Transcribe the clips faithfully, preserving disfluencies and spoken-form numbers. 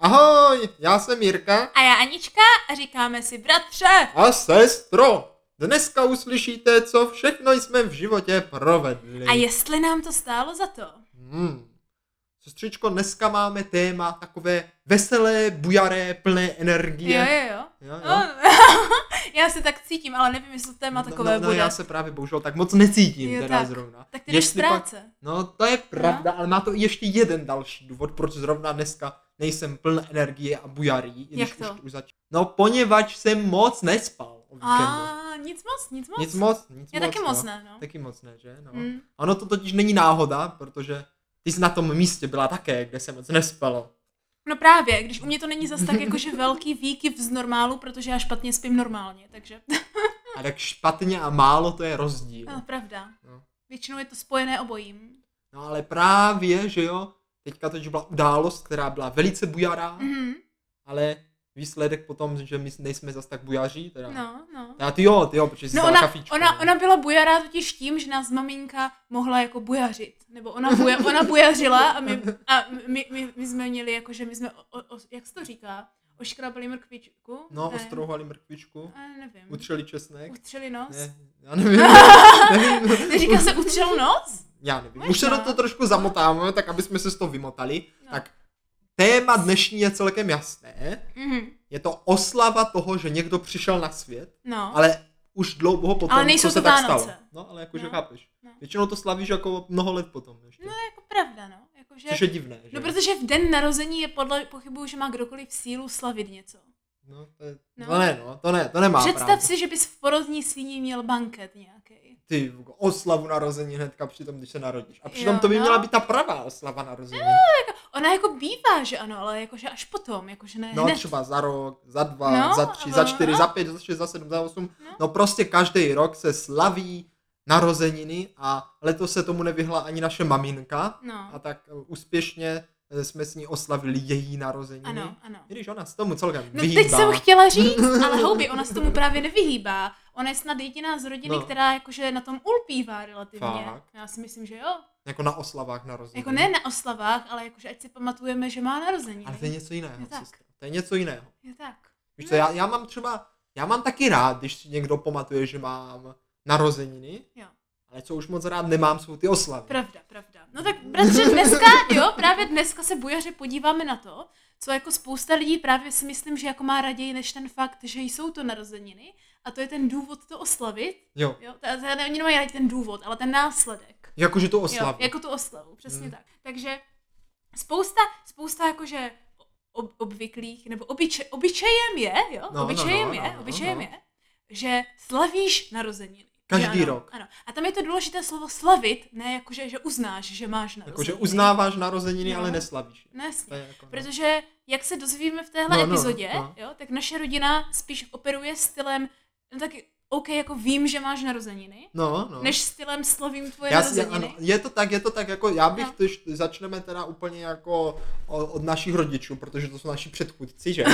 Ahoj, já jsem Jirka. A já Anička a říkáme si bratře. A sestro. Dneska uslyšíte, co všechno jsme v životě provedli. A jestli nám to stálo za to? Hmm. Sestřičko, dneska máme téma takové veselé, bujaré, plné energie. Jo, jo, jo. jo, jo. No, já se tak cítím, ale nevím, jestli to téma takové no, no, bude. No já se právě bohužel tak moc necítím jo, teda tak. zrovna. Tak ty jdeš z práce. Pak, no to je pravda, no. Ale má to ještě jeden další důvod, proč zrovna dneska nejsem pln energie a bujarý. Jak to? Už, už zač- no poněvadž jsem moc nespal o víkendu. A nic moc, nic moc. Nic moc, nic Já moc. taky no. moc ne, no. Taky moc ne, že? No. Mm. Ono to totiž není náhoda, protože ty jsi na tom místě byla také, kde se moc nespalo. No právě, když u mě to není zas tak jakože velký výkyv z normálu, protože já špatně spím normálně, takže. A tak špatně a málo to je rozdíl. No, pravda. No. Většinou je to spojené obojím. No ale právě, že jo, teďka totiž byla událost, která byla velice bujará, Mhm. ale výsledek potom, že my nejsme zas tak bujaří, teda. No, no. Teda ty jo, ty jo, protože jsi No dala ona, kafíčko. ona, no. ona byla bujará totiž tím, že nás maminka mohla jako bujařit. Nebo ona, buja, ona bujařila a my, a my, my, my jsme měli jako, že my jsme, o, o, jak se to říká, oškrabali mrkvičku. No, ne. ostrouhali mrkvičku, A nevím. utřeli česnek. Utřeli nos. Ne, já nevím. nevím. Neříká se utřel nos? Já nevím. Možná. Už se do toho trošku zamotáme, tak aby jsme se z toho vymotali. No. Tak téma dnešní je celkem jasné. Mhm. Je to oslava toho, že někdo přišel na svět, No. ale už dlouho potom, Ale nejsou co se to tak Vánoce. stalo. No, ale jakože No. chápeš. No. Většinou to slavíš jako mnoho let potom ještě. No jako pravda, no. Jako, že... Což je divné, že? No protože v den narození je podle pochybuju, že má kdokoliv sílu slavit něco. No, to, je... No. no. ne, no, to ne, to nemá Představ pravdu. si, že bys v porodní síni měl banket nějaký. Ty, oslavu narození hnedka přitom, když se narodíš. A přitom Jo, to by no. měla být ta pravá oslava narození. Ona jako bývá, že ano, ale jakože až potom, jakože ne No hned. třeba za rok, za dva, No, za tři, no, za čtyři, no. za pět, za šest, za sedm, za osm. No. No prostě každý rok se slaví narozeniny a letos se tomu nevyhla ani naše maminka. No. A tak úspěšně jsme s ní oslavili její narozeniny. Ano, ano. I když ona se tomu celkem No vyhýbá. teď jsem chtěla říct, ale houby, ona se tomu právě nevyhýbá. Ona je snad jediná z rodiny, No. která jakože na tom ulpívá relativně. Fakt? Já si myslím, že jo. Jako na oslavách narozenin. Jako ne na oslavách, ale jakože ať si pamatujeme, že má narozeniny. Ale to je něco jiného, Je tak. sestro. To je něco jiného. Je tak. Víš co, já, já mám třeba, já mám taky rád, když si někdo pamatuje, že mám narozeniny, Jo. ale co už moc rád nemám, jsou ty oslavy. Pravda, pravda. No tak bratře, dneska, jo, právě dneska se bujaře podíváme na to, co jako spousta lidí právě si myslím, že jako má raději než ten fakt, že jsou to narozeniny a to je ten důvod to oslavit. Jo, Jo, to, to, oni nemají rádi ten důvod, ale ten následek. jakože tu Jo, oslavu. jako tu oslavu, přesně Hmm. tak. Takže spousta, spousta jakože ob, obvyklých, nebo obyče, obyčejem je, jo, No, obyčejem no, no, je, no, no, obyčejem no. je, že slavíš narozeniny. Každý Že ano, rok. Ano. A tam je to důležité slovo slavit, ne jakože, že uznáš, že máš narozeniny. Jakože uznáváš narozeniny, No. ale neslavíš. No To jasně. je jako, no. Protože, jak se dozvíme v téhle No, no, epizodě, no. jo, tak naše rodina spíš operuje stylem, no tak OK, jako vím, že máš narozeniny, No, no. než stylem slavím tvoje Já si, narozeniny. ano, je to tak, je to tak, jako já bych, No. tež, začneme teda úplně jako o- od našich rodičů, protože to jsou naši předchůdci, že?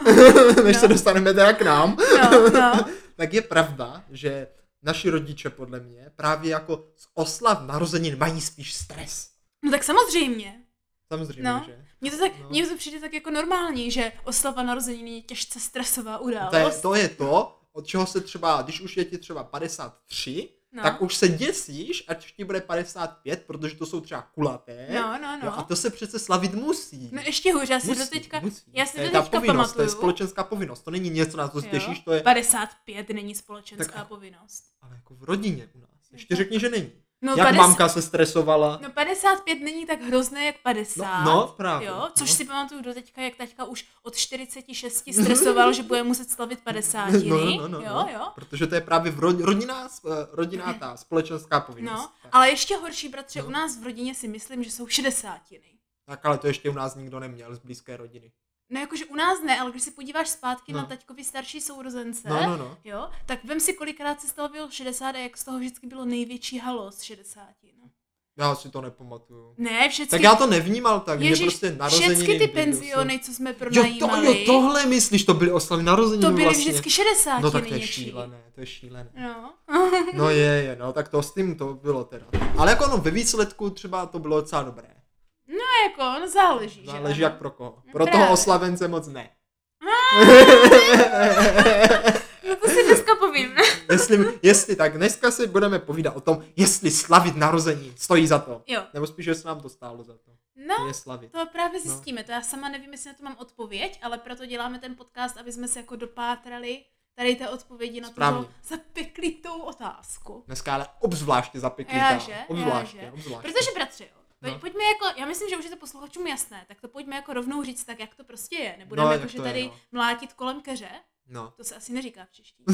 Než No. se dostaneme teda k nám. No, no. Tak je pravda, že naši rodiče podle mě právě jako z oslav narozenin mají spíš stres. No tak samozřejmě. Samozřejmě, No. že? Mně to, tak, No. mně to přijde tak jako normální, že oslava narozeniny je těžce stresová událost. To je, to je to, od čeho se třeba, když už je ti třeba padesát tři, No. tak už se děsíš, ať ti bude padesát pět, protože to jsou třeba kulaté. No, no, Jo, no. a to se přece slavit musí. No ještě hůř, já si musí, do teďka, musí. já si to do je ta teďka povinnost, to je pamatuju. společenská povinnost, to není něco, na co se Jo. těšíš, to je, padesát pět není společenská Tak- povinnost. ale jako v rodině u nás. Ještě řekni, že není. No, Jak padesát mamka se stresovala. No padesát pět není tak hrozné jak padesát. No, no, právě, Jo, což no. si pamatuju do teďka, jak taťka už od čtyřicet šest stresoval, že bude muset slavit padesátiny. No, no, no, jo, no. jo. Protože to je právě v ro- rodinná, eh, rodinná ta společenská povinnost. No, Tak. ale ještě horší, bratře, No. u nás v rodině si myslím, že jsou šedesátiny. Tak ale to ještě u nás nikdo neměl z blízké rodiny. No jakože u nás ne, ale když se podíváš zpátky No. na taťkovi starší sourozence, No, no, no. jo, tak vem si, kolikrát se slavil šedesát a jak z toho vždycky bylo největší halo z šedesátin. Já si to nepamatuju. Ne, všechny, Tak já to nevnímal tak, mě Ježiš, prostě narozeniny... všechny ty byly penziony, co jsme Jo, to, pronajímali, jo, tohle myslíš, to byly oslavy narozeniny to byly vlastně. vždycky šedesátiny No tak to je něčí. šílené, to je šílené. No. No je, je, no tak to s tím to bylo teda. Ale jako no ve výsledku třeba to bylo docela dobré. No jako, no záleží, že Záleží ano. jak pro koho. Pro Právě. toho oslavence moc ne. No to si dneska povím. jestli, jestli tak, dneska si budeme povídat o tom, jestli slavit narození stojí za to. Jo. Nebo spíš, že se nám to stálo za to. No, Je slavit. to právě zjistíme. To já sama nevím, jestli na to mám odpověď, ale proto děláme ten podcast, aby jsme se jako dopátrali tady té odpovědi na Správně. tuto zapeklitou otázku. Dneska ale obzvláště zapeklitá. Jáže, Obzvláště, jáže. obzvláště. Protože bratře, jo. Pojď, No. Pojďme jako, já myslím, že už je to posluchačům jasné, tak to pojďme jako rovnou říct tak, jak to prostě je. Nebudeme No, jako, jak že to je, tady no. mlátit kolem keře. No. To se asi neříká v češtině.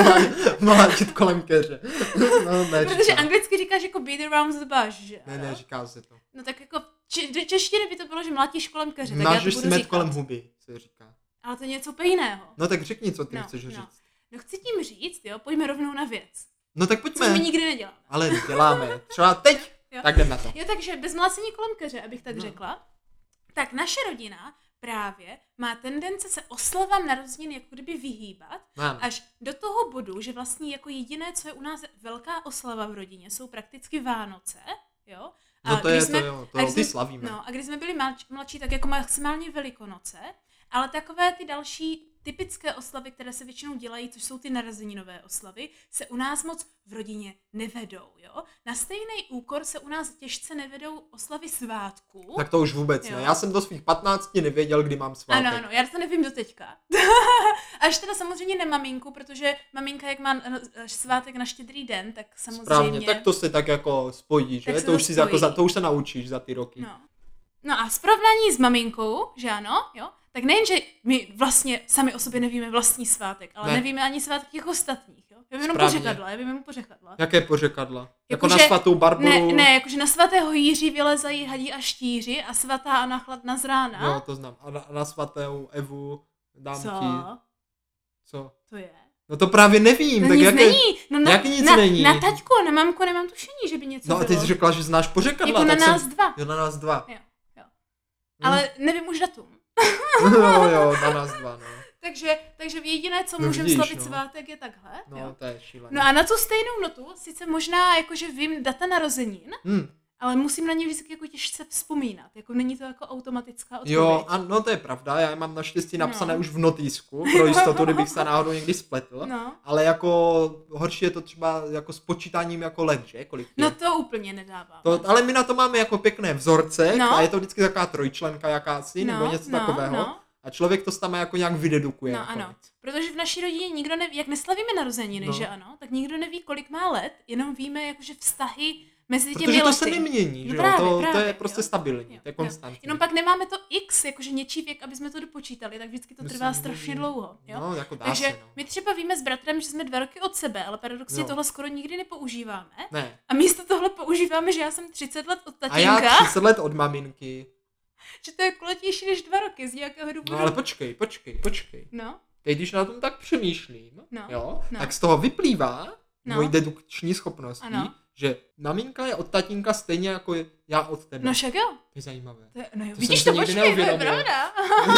Mlátit kolem keře. No, ne, Protože říká. anglicky říkáš jako beat around the bush, že? Ne, ne, říká se to. No tak jako če- do češtiny by to bylo, že mlátíš kolem keře, tak já to Mážeš budu si med říkat. kolem huby, se říká. Ale to je něco úplně jiného. No tak řekni, co ty No, chceš no. říct. No chci tím říct, jo, pojďme rovnou na věc. No tak Což pojďme. my nikdy neděláme. Ale děláme. Třeba teď. Jo. Tak jdem na to. Jo, takže bez mlácení kolem keře, abych tak No. řekla, tak naše rodina právě má tendence se oslavám narozenin jako kdyby vyhýbat, Mám. až do toho bodu, že vlastně jako jediné, co je u nás velká oslava v rodině, jsou prakticky Vánoce, jo? A No to je když to, jsme- jo. a To když ty jsme- slavíme. No a když jsme byli mladší, mladší, tak jako maximálně Velikonoce, ale takové ty další typické oslavy, které se většinou dělají, což jsou ty narozeninové oslavy, se u nás moc v rodině nevedou, jo? Na stejný úkor se u nás těžce nevedou oslavy svátků. Tak to už vůbec Jo. ne. Já jsem do svých patnácti nevěděl, kdy mám svátek. Ano, ano, já to nevím do teďka. Až teda samozřejmě ne maminku, protože maminka, jak má eh, svátek na Štědrý den, tak samozřejmě... Správně, tak to se tak jako spojí, Tak že? se To to už, si jako spojí. za, to už se naučíš za ty roky. No. no a v porovnání s maminkou, že ano, jo, tak nejen, že my vlastně sami o sobě nevíme vlastní svátek, ale Ne. ne. nevíme ani svátek těch ostatních, jo. Já vím jenom Správně. pořekadla, já vím jenom pořekadla. Jaké pořekadla? Jako, Jako, na že- svatou Barboru? Ne, ne, jakože na svatého Jiří vylezají hadí a štíři a svatá Anna chladna z rána. Jo, to znám. A na, a na svatou Evu dám Co? ti... Co? To je. No to právě nevím. No tak nic jaké... není. No na, jak nic na, není? na taťku a na mamku nemám tušení, že by něco No a bylo. ty jsi řekla, že znáš pořekadla. Jako na tak nás jsem... dva. Jo, na nás dva. Jo, jo. Hm. Ale nevím už datum. jo, jo, na nás dva, no. Takže, takže jediné, co No můžeme vidíš, slavit no. svátek, je takhle. No, jo. to je šílené. No a na tu stejnou notu, sice možná jakože vím data narozenin, Hm. ale musím na ně vždycky jako těžce vzpomínat. Jako není to jako automatická odpověď. Jo, a no to je pravda, já je mám naštěstí napsané No. už v notýsku, pro jistotu, kdybych se náhodou někdy spletl. No. Ale jako horší je to třeba jako s počítáním jako let, že? Kolik je? No to úplně nedávám. To, ale my na to máme jako pěkné vzorce No. a je to vždycky taková trojčlenka jakási, no, nebo něco no, takového. No. A člověk to tam jako nějak vydedukuje. No nakonec. ano, protože v naší rodině nikdo neví, jak neslavíme narozeniny, No. že ano, tak nikdo neví, kolik má let, jenom víme jakože vztahy mezi těmi Protože to lety. se nemění, No že právě, jo? To, to právě, je prostě jo. stabilní, Jo, to je jo. konstantní. Jenom pak nemáme to x, jakože něčí věk, aby jsme to dopočítali, tak vždycky to trvá Myslím, strašně že- dlouho. Jo? No, jako dá Takže se, no. my třeba víme s bratrem, že jsme dva roky od sebe, ale paradoxně No. tohle skoro nikdy nepoužíváme. Ne. A místo tohle používáme, že já jsem třicet let od A tatínka, já třicet let od maminky. že to je kulatější než dva roky z nějakého důvodu. No ale počkej, počkej, počkej. No, Teď, když na tom tak přemýšlím, No, jo, no. tak z toho vyplývá No. mojí dedukční schopností, Ano. že maminka je od tatínka stejně jako já od tebe. no však jo. To je zajímavé. To je, no jo, To vidíš jsem to, si nikdy počkej, to je neuvědomil. pravda.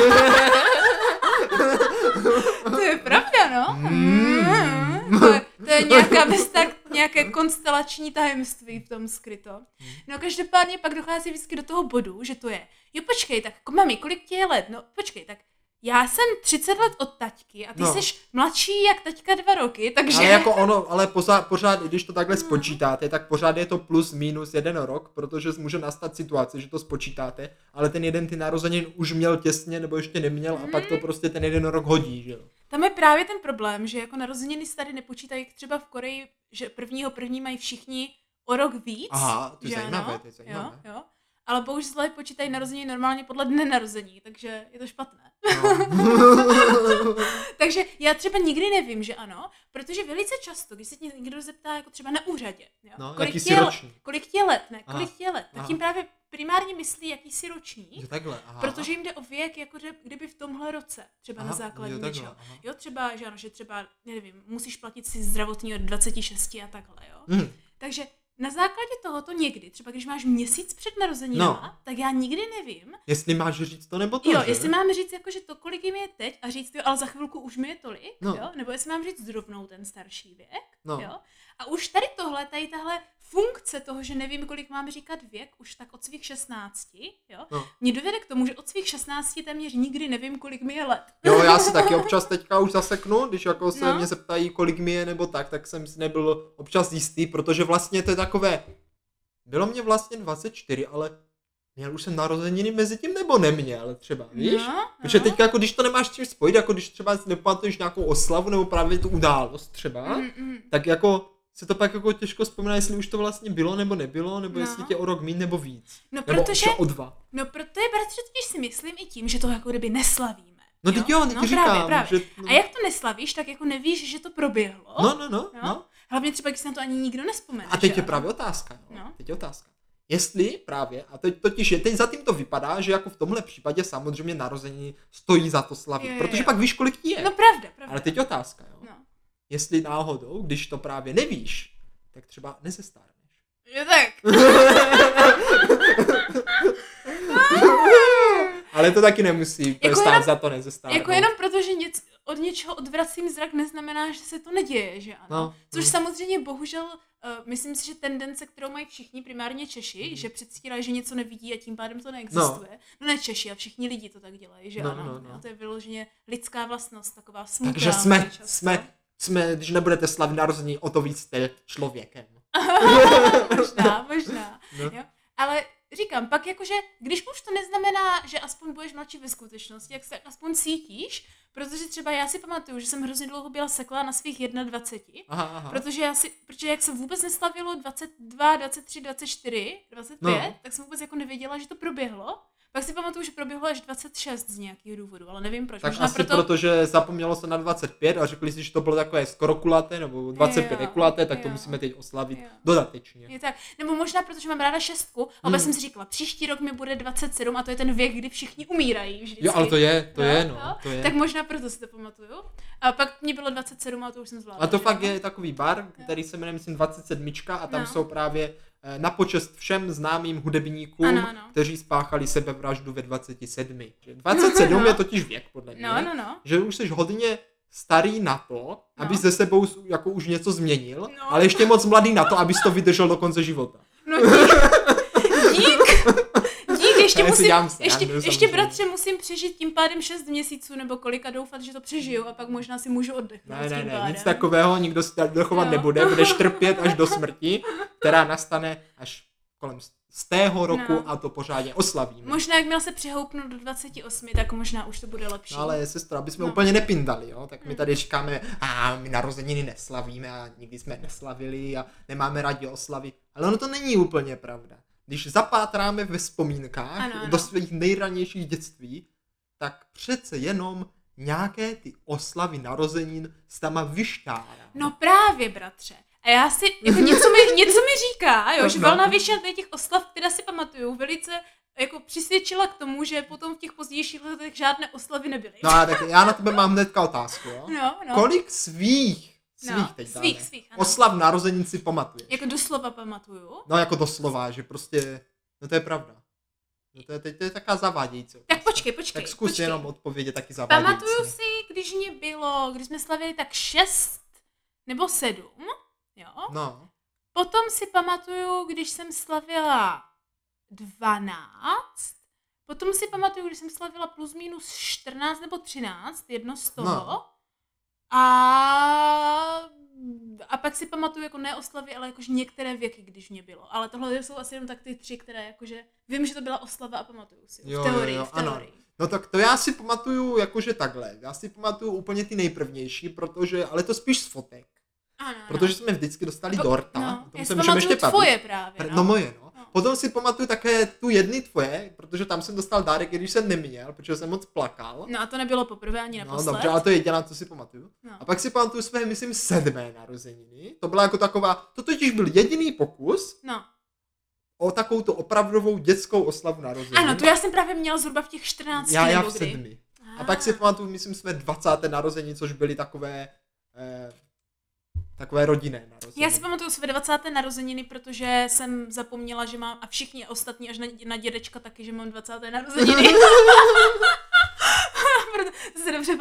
to je pravda, no. Mm. Mm. To, je, to je nějaká bez tak, nějaké konstelační tajemství v tom skryto. No každopádně pak dochází vždycky do toho bodu, že to je, jo počkej, tak jako, mami, kolik ti je let? No počkej, tak já jsem třicet let od taťky a ty No. jsi mladší jak taťka dva roky, takže... Ale jako ono, ale pořád, pořád, i když to takhle spočítáte, tak pořád je to plus minus jeden rok, protože může nastat situace, že to spočítáte, ale ten jeden ty narozenin už měl těsně, nebo ještě neměl a pak to prostě ten jeden rok hodí, že jo. Tam je právě ten problém, že jako narozeniny se tady nepočítají jak třeba v Koreji, že prvního první mají všichni o rok víc. Aha, to je že zajímavé, ano? to je zajímavé. Jo, jo. Ale bohužel počítají narozeniny normálně podle dne narození, takže je to špatné. No. Takže já třeba nikdy nevím, že ano, protože velice často, když se tě někdo zeptá jako třeba na úřadě, jo, No, kolik, jaký ti jsi je, le- ročník? kolik ti je let, ne, Aha. kolik ti je let, tak Aha. tím právě primárně myslí, jaký jsi ročník, Jo, takhle, aha. protože jim jde o věk, jako že kdyby v tomhle roce, třeba Aha, na základě jo, takhle, něčeho. aha. Jo, třeba, že ano, že třeba, já nevím, musíš platit si zdravotní od dvacet šest a takhle, jo. Hm. Takže na základě tohoto někdy, třeba když máš měsíc před narozeninama, No. tak já nikdy nevím, Jestli máš říct to nebo to, jo, že? jestli mám říct jako, že to, kolik jim je teď a říct, jo, ale za chvilku už mi je tolik, No. jo, nebo jestli mám říct zrovnou ten starší věk, No. jo. A už tady tohle, tady tahle funkce toho, že nevím, kolik mám říkat věk, už tak od svých šestnácti, jo, No. mě dovede k tomu, že od svých šestnácti téměř nikdy nevím, kolik mi je let. Jo, já si taky občas teďka už zaseknu, když jako se No. mě zeptají, kolik mi je nebo tak, tak jsem si nebyl občas jistý, protože vlastně to je takové, bylo mě vlastně dvacet čtyři, ale měl už jsem narozeniny mezi tím nebo neměl třeba, víš? No, Protože no. teďka jako když to nemáš s čím spojit, jako když třeba si nepamatuješ nějakou oslavu nebo právě tu událost třeba, Mm, mm. tak jako se to pak jako těžko vzpomíná, jestli už to vlastně bylo nebo nebylo, nebo No. jestli tě o rok míň nebo víc. No, Nebo protože, třeba o dva. no, proto je, bratře, totiž si myslím i tím, že to jako kdyby neslavíme. No teď jo, teď no, ti říkám, právě, právě. že... No, A jak to neslavíš, tak jako nevíš, že to proběhlo. no, no, no, Jo? no. Hlavně třeba, když se na to ani nikdo nespomene. A teď že je ano? právě otázka. No. No. Teď je otázka. Jestli právě, a teď totiž je, teď za tím to vypadá, že jako v tomhle případě samozřejmě narození stojí za to slavit, Jo, jo, protože jo. pak víš, kolik ti je. No pravda, pravda. Ale teď je otázka, jo. No. Jestli náhodou, když to právě nevíš, tak třeba nezestárneš. Jo tak. Ale to taky nemusí Jako stát jenom- za to nezestárnout. Jako jenom proto, že něc, od něčeho odvracím zrak, neznamená, že se to neděje, že ano. No, Což no. samozřejmě bohužel, uh, myslím si, že tendence, kterou mají všichni, primárně Češi, Mhm. že předstírají, že něco nevidí a tím pádem to neexistuje. No, no ne Češi, a všichni lidi to tak dělají, že No, ano. no, no. Jo, to je vyloženě lidská vlastnost, taková smutná. Takže jsme, často. jsme, jsme, když nebudete slavit narození, o to víc jste člověkem. možná, možná. No. Jo? Ale říkám, pak jakože, když už to neznamená, že aspoň budeš mladší ve skutečnosti, jak se aspoň cítíš, protože třeba já si pamatuju, že jsem hrozně dlouho byla seklá na svých dvaceti jedna, Aha, aha. protože já si, protože jak se vůbec neslavilo dvacet dva, dvacet tři, dvacet čtyři, dvacet pět, No. tak jsem vůbec jako nevěděla, že to proběhlo. Pak si pamatuju, že proběhlo až dvacet šest z nějakého důvodu, ale nevím proč. Tak Možná asi proto... proto, že zapomnělo se na dvacet pět a řekli si, že to bylo takové skoro kulaté, nebo dvacet pět Jo, je kulaté, tak to jo. musíme teď oslavit Jo. dodatečně. Je tak. Nebo možná protože mám ráda šestku, ale Hmm. jsem si říkala, příští rok mi bude dvacet sedm a to je ten věk, kdy všichni umírají vždycky. Jo, ale to je, to Jo, je, jo. no, to je. Tak možná proto si to pamatuju. A pak mě bylo dvacet sedm a to už jsem zvládla. A to že fakt jo? je takový bar, který se jmenuje, myslím, dvacet sedm a tam No. jsou právě eh, na počest všem známým hudebníkům, Ano, ano. kteří spáchali sebevraždu ve dvaceti sedmi. Že dvacet sedm No. je totiž věk, podle mě. No, no, no. Že už jsi hodně starý na to, aby No. se sebou s- jako už něco změnil, No. ale ještě moc mladý na to, abys to vydržel do konce života. No dík. dík. Dík, ještě Já si musím, dělám srandu, ještě, ještě samozřejmě. bratře musím přežít tím pádem šest měsíců nebo kolik a doufat, že to přežiju a pak možná si můžu oddechnout Ne, s ne, tím ne, pádem. nic takového, nikdo si tady dochovat Jo. nebude, budeš trpět až do smrti, která nastane až kolem z tého roku No. a to pořádně oslavíme. Možná jakmile se přehoupnu do dvacet osm, tak možná už to bude lepší. No ale sestra, aby jsme No. úplně nepindali, jo, tak my Mm. tady říkáme, a my narozeniny neslavíme a nikdy jsme neslavili a nemáme rádi oslavy, ale ono to není úplně pravda. Když zapátráme ve vzpomínkách Ano, ano. do svých nejranějších dětství, tak přece jenom nějaké ty oslavy narozenin s tama vyšťárá. No právě, bratře. A já si, jako něco mi, něco mi říká, jo, že No. valná většina tady těch oslav, které si pamatuju, velice jako přisvědčila k tomu, že potom v těch pozdějších letech žádné oslavy nebyly. No a tak já na tebe mám hnedka otázku, jo. no, no. Kolik svých, svých No, teď svých, dáme, svých, ano. oslav narozenin si pamatuješ? Jako doslova pamatuju. No jako doslova, že prostě, no to je pravda. No to je, teď to je taká zavádějící otázka. Tak počkej, počkej. Tak zkus počkej. jenom odpovědět taky zavádějící. Pamatuju si, když mě bylo, když jsme slavili tak šest nebo sedm, jo. No, Potom si pamatuju, když jsem slavila dvanáct, potom si pamatuju, když jsem slavila plus minus čtrnáct nebo třináct, jedno z toho. No. A, a pak si pamatuju jako ne oslavy, ale jakože některé věky, když mě bylo. Ale tohle jsou asi jenom tak ty tři, které jakože vím, že to byla oslava a pamatuju si. Jo, v teorii, jo, jo, v ano. teorii. no tak to já si pamatuju jakože takhle. Já si pamatuju úplně ty nejprvnější, protože, ale to spíš z fotek. Ano, ano. Protože jsme vždycky dostali Po- dorta. no, o já tom si se můžeme pamatuju ještě tvoje bavit. právě, No. no. moje, no. No. Potom si pamatuju také tu jedny tvoje, protože tam jsem dostal dárek, i když jsem neměl, protože jsem moc plakal. No a to nebylo poprvé ani No naposled. dobře, ale to je jediná, co si pamatuju. No. A pak si pamatuju své, myslím, sedmé narozeniny. To byla jako taková, to totiž byl jediný pokus No. o takovou tu opravdovou dětskou oslavu narozenin. Ano, to já jsem právě měla zhruba v těch čtrnácti já, já nebo v kdy. sedmi. A pak si pamatuju, myslím, jsme dvacáté narozeniny, což byly takové, eh, takové rodinné narozeniny. Já si pamatuju své dvacáté narozeniny, protože jsem zapomněla, že mám, a všichni ostatní, až na, na dědečka taky, že mám dvacáté narozeniny. Proto si dobře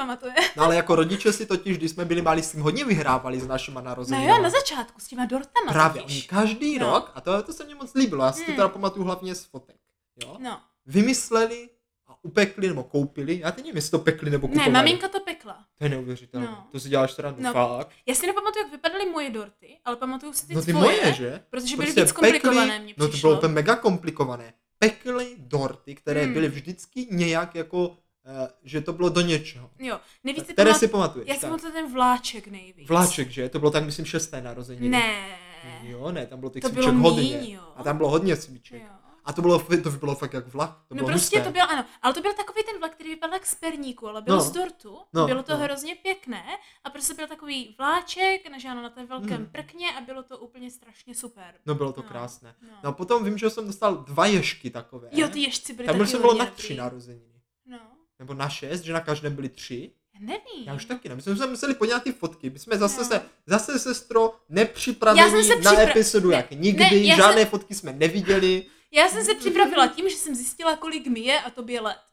nepamatuje. No ale jako rodiče si totiž, když jsme byli malí, s tím hodně vyhrávali s našima narozeninami. No jo, na začátku s těma dortama. Právě, totiž. oni každý no. rok, a to, to se mně moc líbilo, já si to Hmm. teda pamatuju hlavně z fotek, jo? No. Vymysleli a upekli nebo koupili, já teď nevím, jestli to pekli nebo kupovali. Ne, maminka to pekla. To je neuvěřitelné, No. to si děláš teda No. fakt. Já si nepamatuju, jak vypadaly moje dorty, ale pamatuju si ty No ty tvoje, moje, že? protože byly Prostě víc komplikované, mně no to přišlo. bylo úplně mega komplikované. Pekli dorty, které Hmm. byly vždycky nějak jako, uh, že to bylo do něčeho. Jo, nejvíc si Které pamat... si pamatuješ? Já si tak. pamatuju ten vláček nejvíc. Vláček, že? To bylo tak, myslím, šesté narozeniny. Ne. Jo, ne, tam bylo těch To svíček bylo hodně. míň, jo. A tam bylo hodně svíček. Jo. A to bylo, to bylo fakt jak vlak. To No bylo prostě husté. to byl, ano, ale to byl takový ten vlak, který vypadal jak z perníku, ale byl No. z dortu, No, bylo to no. hrozně pěkné a prostě byl takový vláček, než ano, na té velkém Hmm. prkně a bylo to úplně strašně super. No bylo to No, krásné. no. No a potom vím, že jsem dostal dva ježky takové. Jo, ty ježci byly Tam taky jsem bylo hodně na tři dobrý. narozeniny. No, Nebo na šest, že na každém byly tři. já nevím. Já už taky ne. My jsme se museli podívat ty fotky. My jsme zase No. se, zase sestro, Já jsem nepřipravení se na připra- epizodu ne, jak nikdy. ne, já Žádné jsem- fotky jsme neviděli. Já jsem se připravila tím, že jsem zjistila, kolik mi je a tobě let.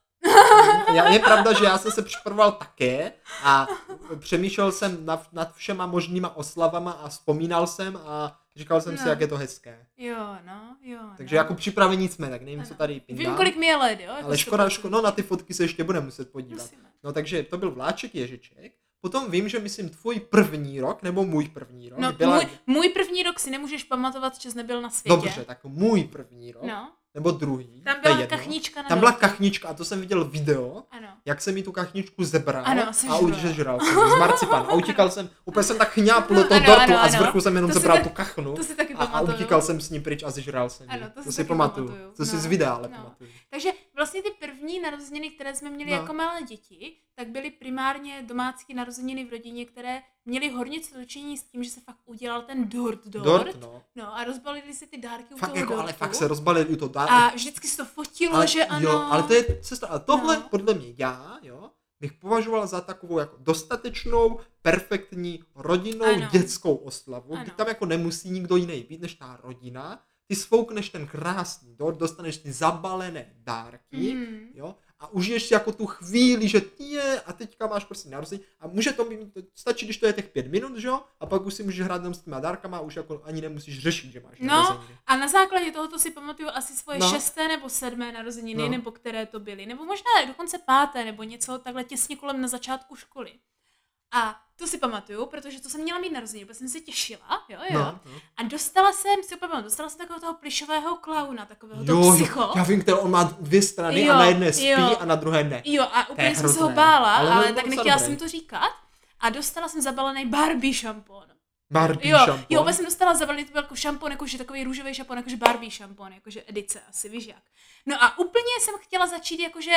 Já, je pravda, že já jsem se připravoval také a přemýšlel jsem nad, nad všema možnýma oslavama a vzpomínal jsem a říkal jsem No. si, jak je to hezké. Jo, no, jo. Takže no. jako připravení jsme, tak nevím, Ano. co tady pindám. Vím, kolik mi je let, jo? Jako Ale škoda, škoda, no na ty fotky se ještě budeme muset podívat. Musíme. No takže to byl vláček Ježiček. Potom vím, že myslím tvůj první rok, nebo můj první rok. No, byla... můj, můj první rok si nemůžeš pamatovat, že jsi nebyl na světě. Dobře, tak můj první rok, No, nebo druhý. tam to je byla jedno. kachnička na Tam byla dortu. kachnička a to jsem viděl video, Ano. jak jsem mi tu kachničku zebral Ano, a sežral. užral jsem z marcipan a utíkal jsem, úplně jsem tak chňápl do toho Ano, dortu ano, a z ano. vrchu jsem jenom To si zebral tak- tu kachnu To si taky a, a pamatuju. utíkal jsem s ní pryč a zežral jsem ji. Ano, to si to si taky pamatuju. pamatuju. To si No. z videa ale No. pamatuju. Takže vlastně ty první narozeniny, které jsme měli No. jako malé děti, tak byly primárně domácí narozeniny v rodině, které měly hodně co dočinění s tím, že se fakt udělal ten dort dort. Dort, no. No a rozbalili se ty dárky u Fakt toho jako, dortu. ale fakt se rozbalili to dár. A vždycky se to fotilo, ale, že ano. Jo, ale to je, sestra, ale tohle No. podle mě já, jo, bych považoval za takovou jako dostatečnou, perfektní rodinnou Ano. dětskou oslavu, kdy Ano. tam jako nemusí nikdo jiný být než ta rodina. Ty svoukneš ten krásný dort, dostaneš ty zabalené dárky, Mhm. jo, a užiješ si jako tu chvíli, že ty je, a teďka máš prostě narození a může to být, stačí, když to je těch pět minut, že jo, a pak už si můžeš hrát jenom s těma dárkama a už jako ani nemusíš řešit, že máš No, narozeniny. A na základě tohoto si pamatuju asi svoje No. šesté nebo sedmé narozeniny, No. nebo které to byly, nebo možná dokonce páté, nebo něco takhle těsně kolem na začátku školy. A to si pamatuju, protože to jsem měla mít narozeniny, protože jsem se těšila, jo, jo. No, no. A dostala jsem, si pamatuju, dostala jsem takového toho plišového klauna, takového Jo, toho jo, psycho. já vím, který on má dvě strany Jo, a na jedné spí jo. a na druhé ne. Jo, a úplně jsem se hrozné. ho bála, Ale ale, to ale bylo tak docela nechtěla dobré. jsem to říkat. A dostala jsem zabalený Barbie šampon. Barbie Jo, šampon. jo, úplně jsem dostala zabalený, to byl jako šampon, jakože takový růžový šampon, jakože Barbie šampon, jakože edice asi, víš jak. No a úplně jsem chtěla začít jakože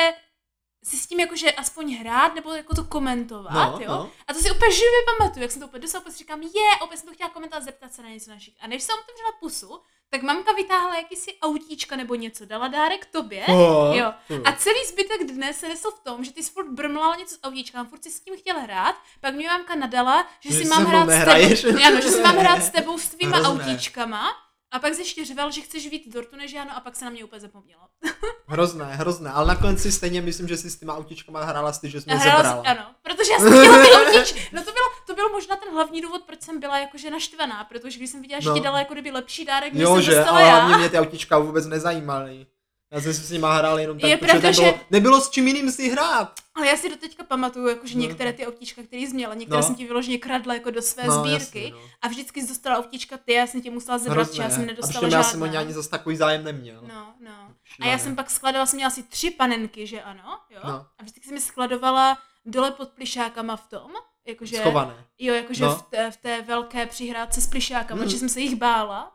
si s tím jakože aspoň hrát, nebo jako to komentovat, No, jo. no. A to si úplně živě pamatuju, jak jsem to úplně dostala, úplně si říkám, je, opět jsem to chtěla komentovat, zeptat se na něco našich. A než jsem otevřela pusu, tak mamka vytáhla jakýsi autíčka nebo něco, dala dárek tobě. Oh, Jo. hm. A celý zbytek dne se nesl v tom, že ty jsi furt brmlala něco s autíčkám, furt si s tím chtěl hrát, pak mi mamka nadala, že, Že si se mám mnou hrát s nehraješ. tebou, ano, že si mám hrát s tebou s tvýma Hrozné. autíčkama. A pak se ještě řval, že chceš víc dortu než já, no a pak se na mě úplně zapomnělo. Hrozné, hrozné, ale nakonec si stejně myslím, že si s těma autíčkama hrála ty, že jsi mě Hrála zebrala. jsi- ano, protože já jsem chtěla ty autíčky. No to bylo, to bylo možná ten hlavní důvod, proč jsem byla jakože naštvaná, protože když jsem viděla, že No. ti dala jako kdyby lepší dárek, než Jo, jsem že, dostala ale já. hlavně mě ty autíčka vůbec nezajímaly. Já jsem si s nima hrál jenom tak, Je protože pravda, nebylo, že- nebylo s čím jiným si hrát. Ale já si doteďka pamatuju, jakože No. některé ty autíčka, které jsi měla, některé No. jsem ti vyloženě kradla jako do své No, sbírky. jasně, no. A vždycky jsi dostala autíčka ty, já jsem tě musela zebrat, že já jsem A nedostala přitom já jsem o ně žádná. ani zase takový zájem neměl. No, no. A Šílené. já jsem pak skladovala, jsem měla asi tři panenky, že ano, jo. No. A vždycky jsem je skladovala dole pod plišákama v tom, jakože, Schované. jo, jakože No. v, té, v té velké přihrádce s plišákama, Hmm. že jsem se jich bála.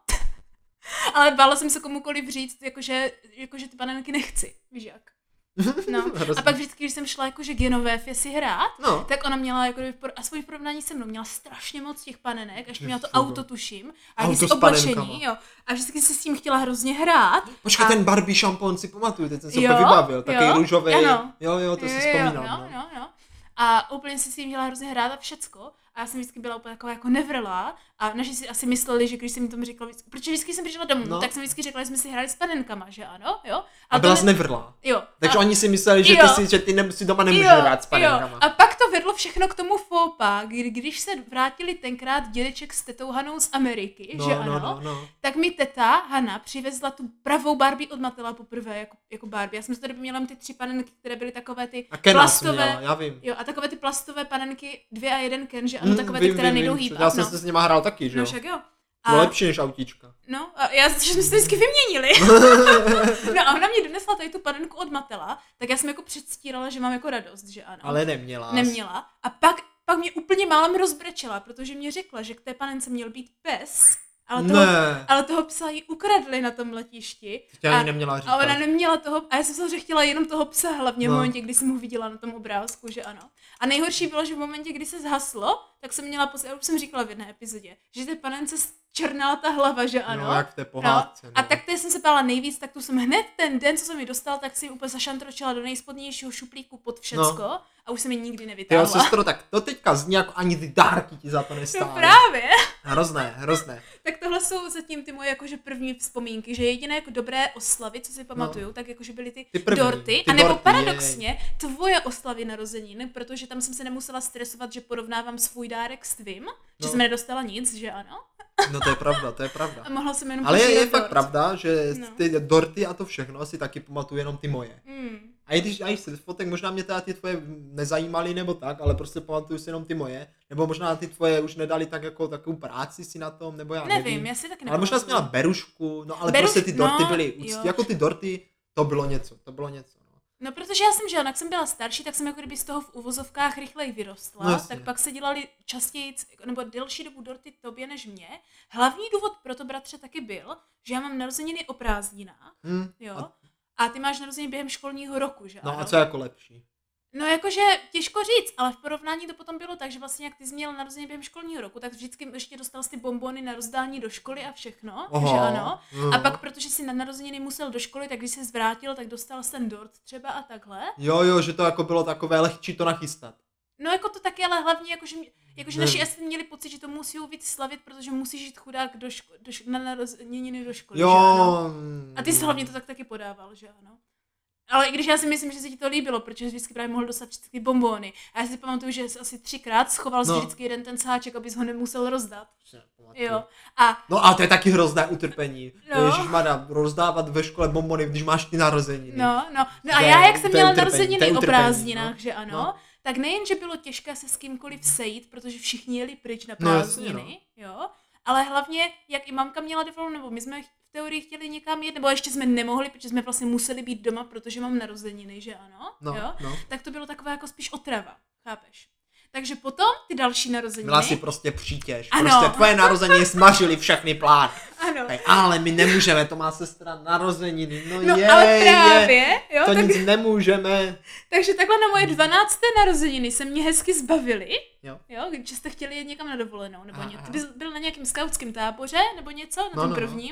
Ale bála jsem se komukoliv říct, jakože, jakože ty panenky nechci, víš jak. No. Hrozně. A pak vždycky, když jsem šla jakože Genoveve si hrát, No. tak ona měla, jako kdyby, por- aspoň v porovnání se mnou, měla strašně moc těch panenek, ještě měla to Fugo. auto, tuším, a Auto vždycky s oblečení, panenkama. jo. A vždycky si s tím chtěla hrozně hrát. Počkej, a... ten Barbie šampon si pamatuju, teď jsem se Jo, úplně vybavil, taky jo, růžový. ano. Jo, jo, to si Jo, vzpomínám. Jo, no. jo, jo. A úplně si s tím chtěla hrozně hrát a všecko. A já jsem vždycky byla úplně taková jako nevrlá. A naši si asi mysleli, že když jsem jim tomu říkala, víc- protože vždycky jsem přišla domů, No. tak jsem vždycky řekla, že jsme si hráli s panenkama, že ano, jo. A byla to jsi nevrlá. Jo. Takže a... oni si mysleli, že ty, Jo. si, že ty ne, si doma nemůžeš jo, hrát s panenkama. jo. A pak to vedlo všechno k tomu fópa, kdy, když se vrátili tenkrát dědeček s tetou Hanou z Ameriky, no, že ano, no, no, no. tak mi teta Hana přivezla tu pravou Barbie od Matela poprvé, jako, jako Barbie. Já jsem tady měla ty tři panenky, které byly takové ty a plastové. Měla, já vím. Jo, a takové ty plastové panenky, dvě a jeden Ken, že ano, mm, takové vím, ty, které vím, nejdou vím, hýbat. Já jsem no. se s nima hrál taky, že jo? No však jo. A... Bylo lepší než autíčka. No, a já, že jsme se vždycky vyměnili. No a ona mě donesla tady tu panenku od Matela, tak já jsem jako předstírala, že mám jako radost, že ano. Ale neměla. Neměla. A pak, pak mě úplně málem rozbrečela, protože mě řekla, že k té panence měl být pes, ale toho, ale toho psa jí ukradli na tom letišti. Ty ani neměla říkat. A ona neměla toho, a já jsem se že chtěla jenom toho psa, hlavně no. v momentě, kdy jsem ho viděla na tom obrázku, že ano. A nejhorší bylo, že v momentě, kdy se zhaslo, tak jsem měla pocit, já už jsem říkala v jedné epizodě, že té panence černala ta hlava, že ano. No, jak v té pohádce. No. A tak to jsem se bála nejvíc, tak tu jsem hned ten den, co jsem mi dostala, tak si ji úplně zašantročila do nejspodnějšího šuplíku pod všecko no. a už jsem ji nikdy nevytáhla. Jo, sestro, tak to teďka zní jako ani ty dárky ti za to nestály. No právě. Hrozné, hrozné. Tak tohle jsou zatím ty moje jakože první vzpomínky, že jediné jako dobré oslavy, co si pamatuju, no. tak jakože byly ty, ty první, dorty, ty anebo dorty, paradoxně jej. Tvoje oslavy narozenin, protože tam jsem se nemusela stresovat, že porovnávám svůj dárek s tvým, no. že jsem nedostala nic, že ano? No to je pravda, to je pravda. A mohla jsem jenom ale je, je dort. fakt pravda, že no. ty dorty a to všechno si taky pamatuju jenom ty moje. Mm. A i když aj se fotek, možná mě teda ty tvoje nezajímaly nebo tak, ale prostě pamatuju si jenom ty moje. Nebo možná ty tvoje už nedali tak jako takovou práci si na tom, nebo já nevím. Nevím, já si taky nepamatuju. Ale možná jsi měla berušku, no ale Beruš, prostě ty dorty no, byly úcty, jako ty dorty, to bylo něco, to bylo něco. No protože já jsem, že jak jsem byla starší, tak jsem jako kdyby z toho v uvozovkách rychleji vyrostla, no, tak pak se dělali častěji, nebo delší dobu dorty tobě než mě. Hlavní důvod pro to, bratře, taky byl, že já mám narozeniny o prázdninách, hmm, jo, a... a ty máš narozeniny během školního roku, že no ano? A co je jako lepší? No jakože těžko říct, ale v porovnání to potom bylo tak, že vlastně jak ty jsi měl narozeniny během školního roku, tak vždycky ještě dostal ty bonbony na rozdání do školy a všechno, Aha, že ano. Aha. A pak, protože jsi na narozeniny musel do školy, tak když se zvrátil, tak dostal ten dort třeba a takhle. Jo, jo, že to jako bylo takové lehčí to nachystat. No jako to taky, ale hlavně jakože, jakože naši asi měli pocit, že to musí víc slavit, protože musíš jít chudák do ško- do ško- na narozeniny do školy, jo. že ano. A ty jsi hlavně to tak taky podával, že ano. Ale i když já si myslím, že se ti to líbilo, protože jsi vždycky právě mohl dostat vždycky bonbony. A já si pamatuju, že jsi asi třikrát schoval no. si vždycky jeden ten sáček, abys ho nemusel rozdat. Jo. A... No a to je taky hrozné utrpení. No. Ježišmarja, rozdávat ve škole bonbony, když máš ty narozeniny. No, no. No a já, jak jsem měla utrpení, narozeniny o prázdninách, no. že ano, no. tak nejen, že bylo těžké se s kýmkoliv sejít, protože všichni jeli pryč na prázdniny, no, jasně, no. jo, ale hlavně, jak i mamka měla dovolenou, nebo my jsme v teorii chtěli někam jet, nebo ještě jsme nemohli, protože jsme vlastně museli být doma, protože mám narozeniny, že ano, no, jo, no. tak to bylo taková jako spíš otrava, chápeš? Takže potom ty další narozeniny. Byla si prostě přítěž. Ano. Prostě tvoje narozeniny smažily všechny plány. Ano. Tak, ale my nemůžeme, to má sestra narozeniny. No, no je, ale právě, je, jo. To tak... nic nemůžeme. Takže takhle na moje dvanácté narozeniny se mě hezky zbavili. Jo. Jo, když jste chtěli jet někam na dovolenou, nebo něco. Ty byl, byl na nějakém skautském táboře, nebo něco, na no, tom no, prvním.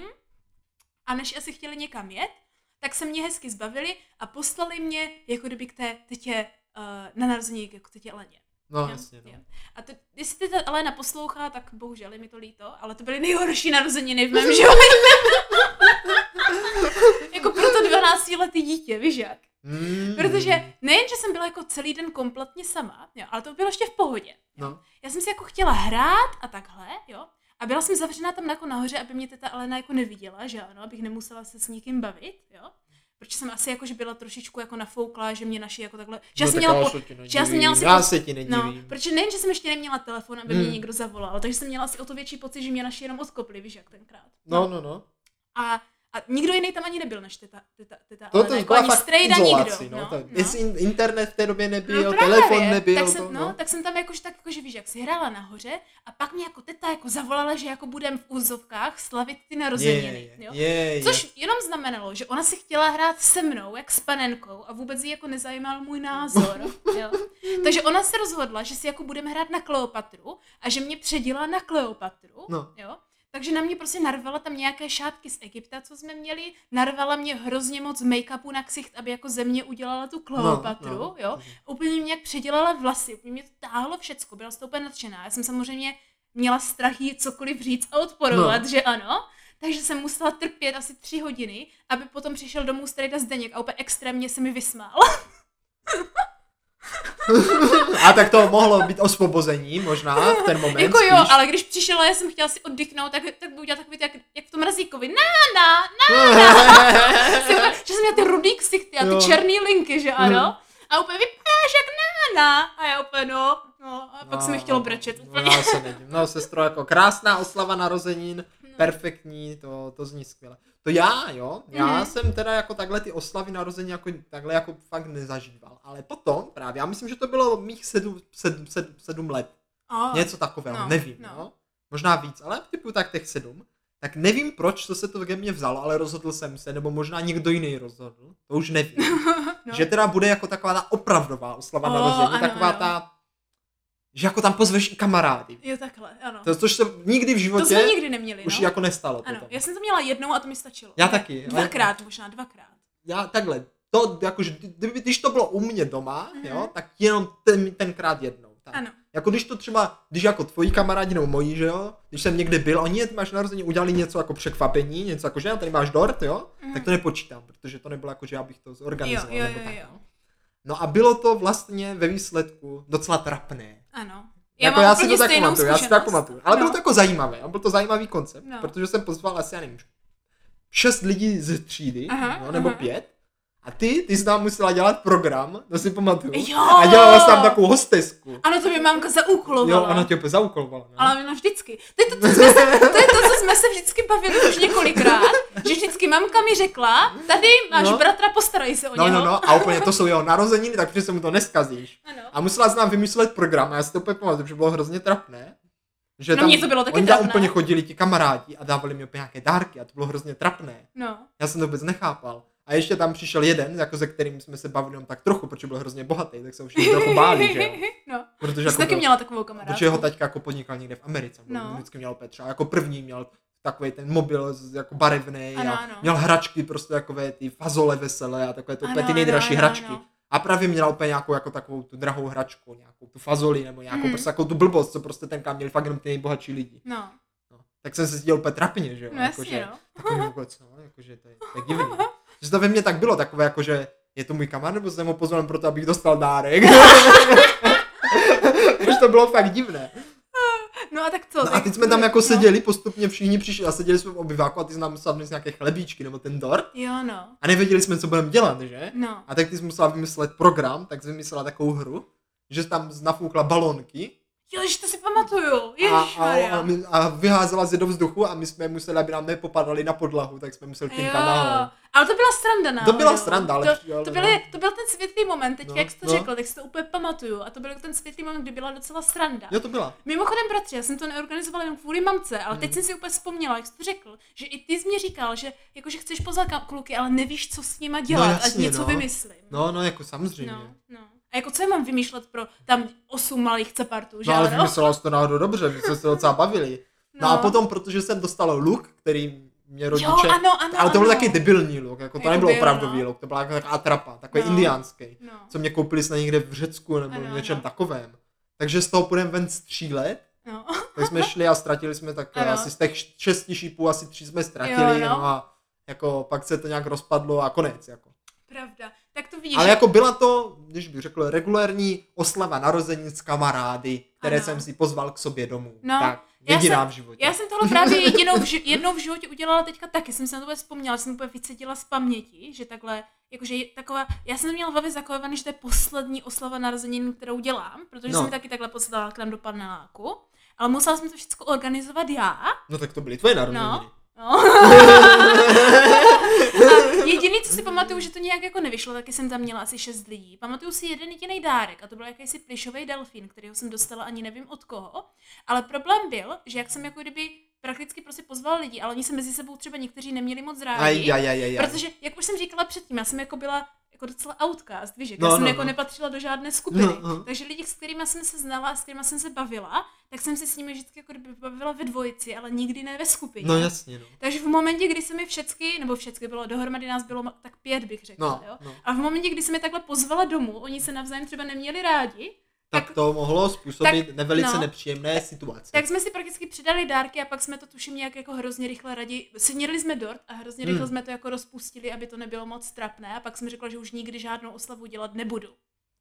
A než asi chtěli někam jet, tak se mě hezky zbavili a poslali mě, jako kdyby k té tetě uh, na narozeniny, jako tetě Aleně. No, jo? jasně, no. Jo. A to, jestli ty Alena poslouchá, tak bohužel je mi to líto, ale to byly nejhorší narozeniny v mém životě. Jako pro to dvanáctiletý dítě, víš jak? Mm. Protože nejen, že jsem byla jako celý den kompletně sama, jo, ale to bylo ještě v pohodě. Jo. No. Já jsem si jako chtěla hrát a takhle, jo. A byla jsem zavřená tam jako nahoře, aby mě teta Alena jako neviděla, že ano, abych nemusela se s nikým bavit, jo. Protože jsem asi jako, že byla trošičku jako nafouklá, že mě naši jako takhle, že no, já jsem měla, po, že já jsem měla já se ti nedivím. No, protože nejen, že jsem ještě neměla telefon, aby hmm. mě někdo zavolal, takže jsem měla asi o to větší pocit, že mě naši jenom odkopli, víš jak tenkrát. No, no, no. A A nikdo jiný tam ani nebyl než teta, teta, teta to, ale to jako ani strejda nikdo. No, No, to, no. Jestli internet v té době nebyl, no, telefon nebyl. Tak jsem, to, no, no. tak jsem tam jakož tak, jakože víš, jak si hrála nahoře a pak mě jako teta jako zavolala, že jako budem v úzovkách slavit ty narozeniny. Je, jo? je, je. Což jenom znamenalo, že ona si chtěla hrát se mnou, jak s panenkou a vůbec jí jako nezajímal můj názor. Jo? Takže ona se rozhodla, že si jako budeme hrát na Kleopatru a že mě předila na Kleopatru. No. Jo? Takže na mě prostě narvala tam nějaké šátky z Egypta, co jsme měli, narvala mě hrozně moc make-upu na ksicht, aby jako ze mě udělala tu Kleopatru, no, no. jo. Úplně mě nějak předělala vlasy, úplně mě to táhlo všecko, byla z toho úplně nadšená. Já jsem samozřejmě měla strach jí cokoliv říct a odporovat, no. že ano. Takže jsem musela trpět asi tři hodiny, aby potom přišel domů strejda Zdeněk a úplně extrémně se mi vysmál. A tak to mohlo být osvobození možná v ten moment. Jako spíš. jo, ale když přišel a já jsem chtěla si oddychnout, tak, tak budu dělat takový, jak, jak v tom Mrazíkovi. Na, na, na, na. Že jsem měla ty rudý ksichty a ty Jo. černý linky, že ano? Mhm. A úplně vypadáš jak na, na. A já úplně no, no. A pak se mi chtělo brečet úplně. No, já se nedím. No, sestro, jako krásná oslava narozenin, perfektní, to, to zní skvěle. To já, jo, já Mhm. jsem teda jako takhle ty oslavy narození jako takhle jako fakt nezažíval. Ale potom právě, já myslím, že to bylo mých sedm, sedm, sedm, sedm let. Oh. Něco takového, no, nevím, no. no. Možná víc, ale typu tak těch sedm. Tak nevím proč, co se to ke mně vzalo, ale rozhodl jsem se, nebo možná někdo jiný rozhodl, to už nevím. No. Že teda bude jako taková ta opravdová oslava O, narození, ano, taková ano. ta, že jako tam pozveš i kamarády. Jo, takhle, ano. To, což se nikdy v To životě jsme nikdy neměli, už no. jako nestalo Ano, potom. já jsem to měla jednou a to mi stačilo. Já Ne, taky, ale- Dvakrát možná, dvakrát. Já takhle, to jakože, kdyby, když to bylo u mě doma, Mhm. jo, tak jenom ten, tenkrát jednou. Tak. Ano. Jako když to třeba, když jako tvoji kamarádi nebo moji, že jo, když jsem někde byl, oni ty máš narození, udělali něco jako překvapení, něco jako, že tady máš dort, jo, Mhm. tak to nepočítám, protože to nebylo jako, že já bych to zorganizoval. Jo, jo, nebo jo, tak, jo. no. No a bylo to vlastně ve výsledku docela trapné. Ano. Jako já si to tak pamatuju, já si to tak pamatuju. Ale bylo no. to jako zajímavé, a byl to zajímavý koncept, No. protože jsem pozval asi, já nevím, šest lidí ze třídy, Aha, no, nebo aha. pět. A ty, ty jsi tam musela dělat program, to si pamatuju. Jo! A dělala jsi tam takovou hostesku. Ano, to by mámka zaúkolovala. Jo, ona tě úplně zaúkolovala. No. Ale ona vždycky. To je to, to, jsme se, to je to, co jsme se vždycky bavili už několikrát, že vždycky mamka mi řekla, tady máš No. bratra, postarej se o No, něho. no, no, a úplně to jsou jeho narozeniny, tak se mu to neskazíš. Ano. A musela jsi nám vymyslet program, a já si to úplně pamatuju, že bylo hrozně trapné. Že No, mně to bylo taky oni tam trapné. úplně chodili ti kamarádi a dávali mi úplně nějaké dárky a to bylo hrozně trapné. No. Já jsem to vůbec nechápal. A ještě tam přišel jeden, jako se kterým jsme se bavili jenom tak trochu, protože byl hrozně bohatý, tak se už trochu báli, že jo. No. Protože Jsi jako taky byl, měla takovou kamarádku. protože jeho taťka jako podnikal někde v Americe. No. No. Vždycky měl Petra. Jako první měl takový ten mobil z- jako barevný Ano, a ano. měl hračky prostě takové ty fazole veselé a takové to Ano, úplně ty ano, nejdražší ano, hračky. ano. A právě měla úplně nějakou jako takovou tu drahou hračku, nějakou tu fazoli nebo nějakou Mhm. prostě takovou tu blbost, co prostě tenkrát měli fakt jenom ty nejbohatší lidi. No. No. Tak jsem se cítil úplně trapně, že jo. No jako, jasně, že, no. Takový vůbec, no, jakože to je, to je divný. Že to ve mně tak bylo takové, jako že je to můj kamarád, nebo jsem ho pozval proto, abych dostal dárek. Už to bylo fakt divné. No a tak co? No a tak- teď jsme tam jako no. seděli, postupně všichni přišli a seděli jsme v obyváku a ty jsi nám musela vnést nějaké chlebíčky nebo ten dort. Jo, no. A nevěděli jsme, co budeme dělat, že? No. A tak ty jsi musela vymyslet program, tak jsi vymyslela takovou hru, že jsi tam nafoukla balónky Jo, že to si pamatuju. a, a, a, Ježišmarja. my- a vyházela je do vzduchu a my jsme museli, aby nám nepopadaly na podlahu, tak jsme museli tinkat nahoru. Ale to byla sranda náhodou. To byla sranda, ale to, přijel, to, no. byly, to byl ten světlý moment, teď No, jak jsi to no. řekl, tak si to úplně pamatuju. A to byl ten světlý moment, kdy byla docela sranda. Jo, to byla. Mimochodem, bratře, já jsem to neorganizovala jenom kvůli mamce, ale Hmm. teď jsem si úplně vzpomněla, jak jsi to řekl, že i ty jsi mi říkal, že jakože chceš pozvat ka- kluky, ale nevíš, co s nima dělat, No, ať jasně, něco no. vymyslím. No, no, jako samozřejmě. no, no. A jako co já mám vymýšlet pro tam osm malých cepartů, že No ale ano? vymyslela jsi to náhodou dobře, my jsme se docela bavili. No, No. a potom, protože jsem dostal luk, který mě rodiče... Jo, ano, ano, ale to byl ano. taky debilní luk, jako to Jako nebylo byl, opravdový no. luk, to byla jako taková trapa, takový No. indiánský, No. co mě koupili snad někde v Řecku nebo Ano, něčem ano. takovém. Takže z toho půjdeme ven střílet, No. tak jsme šli a ztratili jsme tak Ano. asi z těch šesti šípů asi tři jsme ztratili, Jo, no. no a jako pak se to nějak rozpadlo a konec, jako. Pravda. Tak to vidíš. Ale že- jako byla to, když bych řekl, regulérní oslava narození s kamarády, které Ano. jsem si pozval k sobě domů. No, Tak, já jediná jsem- v životě. Já jsem tohle právě jedinou v ži- jednou v životě udělala teďka taky, jsem se na to úplně vzpomněla, jsem úplně vycítila z paměti, že takhle, jakože je taková, já jsem to měla v hlavě zakovaný, že to je poslední oslava narozenin, kterou dělám, protože No. jsem mi taky takhle poslala k nám do paneláku, ale musela jsem to všechno organizovat já. No tak to byly tvoje narozeniny. No. No. A jediný, co si pamatuju, že to nějak jako nevyšlo, taky jsem tam měla asi šest lidí. Pamatuju si jeden jediný dárek a to byl jakýsi plišový delfín, kterýho jsem dostala ani nevím od koho. Ale problém byl, že jak jsem jako kdyby prakticky prostě pozvala lidi, ale oni se mezi sebou třeba někteří neměli moc rádi. Aj, aj, aj, aj, aj. Protože, jak už jsem říkala předtím, já jsem jako byla jako docela outcast, víš, No, já jsem no, jako no. nepatřila do žádné skupiny. No, no. Takže lidi, s kterými jsem se znala a s kterými jsem se bavila, tak jsem se s nimi vždycky jako kdyby bavila ve dvojici, ale nikdy ne ve skupině. No jasně, no. Takže v momentě, kdy se mi všecky, nebo všecky bylo, dohromady nás bylo ma- tak pět, bych řekla, No, jo. no. A v momentě, kdy jsem je takhle pozvala domů, oni se navzájem třeba neměli rádi, Tak, tak, to mohlo způsobit tak- nevelice no. nepříjemné situace. tak jsme si prakticky přidali dárky a pak jsme to tuším nějak jako hrozně rychle radi, snědli jsme dort a hrozně rychle Hmm. jsme to jako rozpustili, aby to nebylo moc trapné a pak jsme řekla, že už nikdy žádnou oslavu dělat nebudu.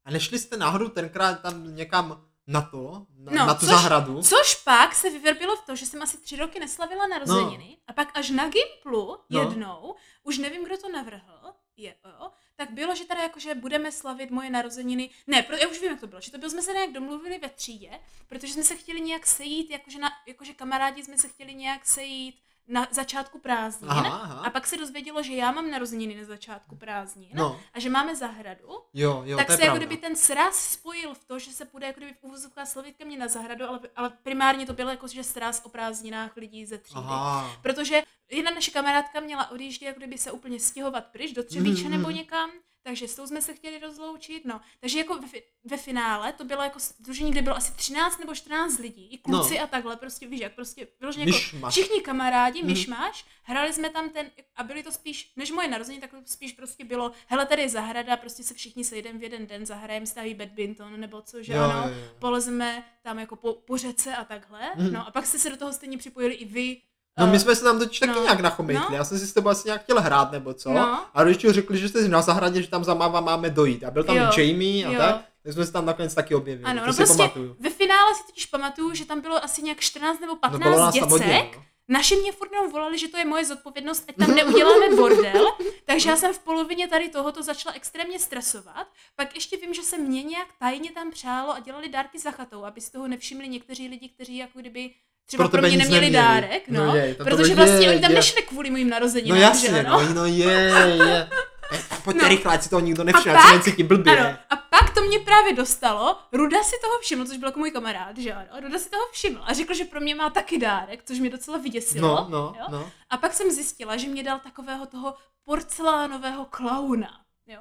A nešli jste náhodou tenkrát tam někam na to, na, no, na tu což, zahradu? Což pak se vyvrbilo v to, že jsem asi tři roky neslavila narozeniny no. a pak až na Gimplu no. jednou, už nevím, kdo to navrhl, je, jo, tak bylo, že teda jakože budeme slavit moje narozeniny, ne, pro, já už vím, jak to bylo, že to bylo, jsme se nějak domluvili ve třídě, protože jsme se chtěli nějak sejít, jakože, na, jakože kamarádi jsme se chtěli nějak sejít na začátku prázdnin aha, aha. a pak se dozvědělo, že já mám narozeniny na začátku prázdnin no. a že máme zahradu, jo, jo, tak se jako kdyby ten sraz spojil v to, že se půjde jako kdyby v uvozovkách slavit ke mně na zahradu, ale, ale primárně to bylo jako, že sraz o prázdninách lidí ze třídy. Aha. Protože jedna naše kamarádka měla odjíždět, jako kdyby se úplně stěhovat pryč do Třebíče mm, nebo někam, takže s tou jsme se chtěli rozloučit, no. Takže jako ve, ve finále to bylo jako sdružení, kde bylo asi třináct nebo čtrnáct lidí, i kluci no. a takhle, prostě víš, jak prostě vyloženě jako všichni kamarádi, mm. myšmaš, hrali jsme tam ten, a byli to spíš, než moje narození, tak to spíš prostě bylo, hele, tady je zahrada, prostě se všichni sejdeme v jeden den, zahrajeme staví badminton, nebo co, že jo, ano, jo, jo. polezeme tam jako po, po řece a takhle, mm. no a pak jste se do toho stejně připojili i vy. No my jsme se tam totiž taky no, nějak nachomejtli, no. já jsem si s tebou asi nějak chtěl hrát nebo co, no. a rodiči řekli, že jste na zahradě, že tam za máma máme dojít a byl tam jo. Jamie a jo. tak, tak jsme se tam nakonec taky objevili, ano, to no si prostě pamatuju. Ve finále si totiž pamatuju, že tam bylo asi nějak čtrnáct nebo patnáct no, děcek, hodně, no. Naši mě furt jenom volali, že to je moje zodpovědnost, ať tam neuděláme bordel, takže já jsem v polovině tady tohoto začala extrémně stresovat. Pak ještě vím, že se mě nějak tajně tam přálo a dělali dárky za chatou, aby si toho nevšimli někteří lidi, kteří jako kdyby třeba pro, pro mě neměli neměli. dárek, no, no je, protože vlastně je, oni tam je. nešli kvůli mým narozeninám, no jasně, že ano? No, no je, je. Pojďte no. rychle, ať si toho nikdo nevšiml, ať se necítí blbě. Ano, a pak to mě právě dostalo, Ruda si toho všiml, což byl jako můj kamarád, že ano, Ruda si toho všiml a řekl, že pro mě má taky dárek, což mě docela vyděsilo. No, no, jo? no. A pak jsem zjistila, že mě dal takového toho porcelánového klauna. Jo.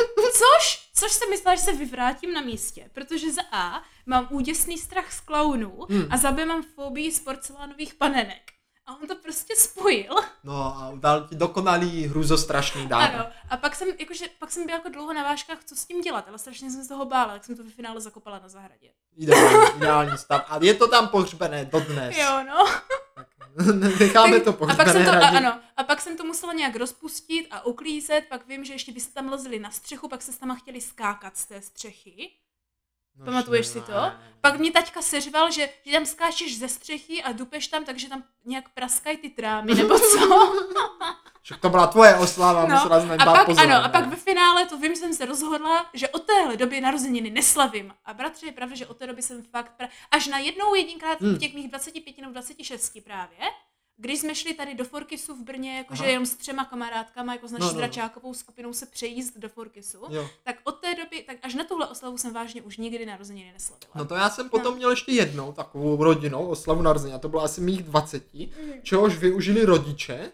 Což, což jsem myslela, že se vyvrátím na místě, protože za A mám úděsný strach z klaunů hmm. a za B mám fobii z porcelánových panenek. A on to prostě spojil. No a dal ti dokonalý hrůzostrašný dárek. Ano. A pak jsem, jakože, pak jsem byla jako dlouho na vážkách, co s tím dělat, ale strašně jsem z toho bála, tak jsem to ve finále zakopala na zahradě. Ideální, ideální stav. A je to tam pohřbené dodnes. Jo, no. Necháme tak, to pohřbené. A pak, jsem to, a, ano, a pak jsem to musela nějak rozpustit a uklízet, pak vím, že ještě vy jste tam lezli na střechu, pak se s tam chtěli skákat z té střechy. No, Pamatuješ si to? Ne. Pak mě taťka seřval, že, že tam skáčeš ze střechy a dupeš tam, takže tam nějak praskají ty trámy, nebo co? Však to byla tvoje oslava, no, musela jsem a pak, pozor. Ano, a pak ve finále to vím, jsem se rozhodla, že od téhle doby narozeniny neslavím. A bratře, je pravda, že od té doby jsem fakt, pra... až na jednou jedinkrát hmm. v těch mých dvaceti pěti nebo dvaceti šesti právě, když jsme šli tady do Forkysu v Brně, jakože jenom s třema kamarádkama, jako s naší no, no. dračákovou skupinou se přejíst do Forkysu, jo. tak od té doby, tak až na tuhle oslavu jsem vážně už nikdy narozeniny neslavila. No to já jsem potom no. měl ještě jednou takovou rodinnou oslavu narozeniny, a to bylo asi mých dvaceti, mm. čehož využili rodiče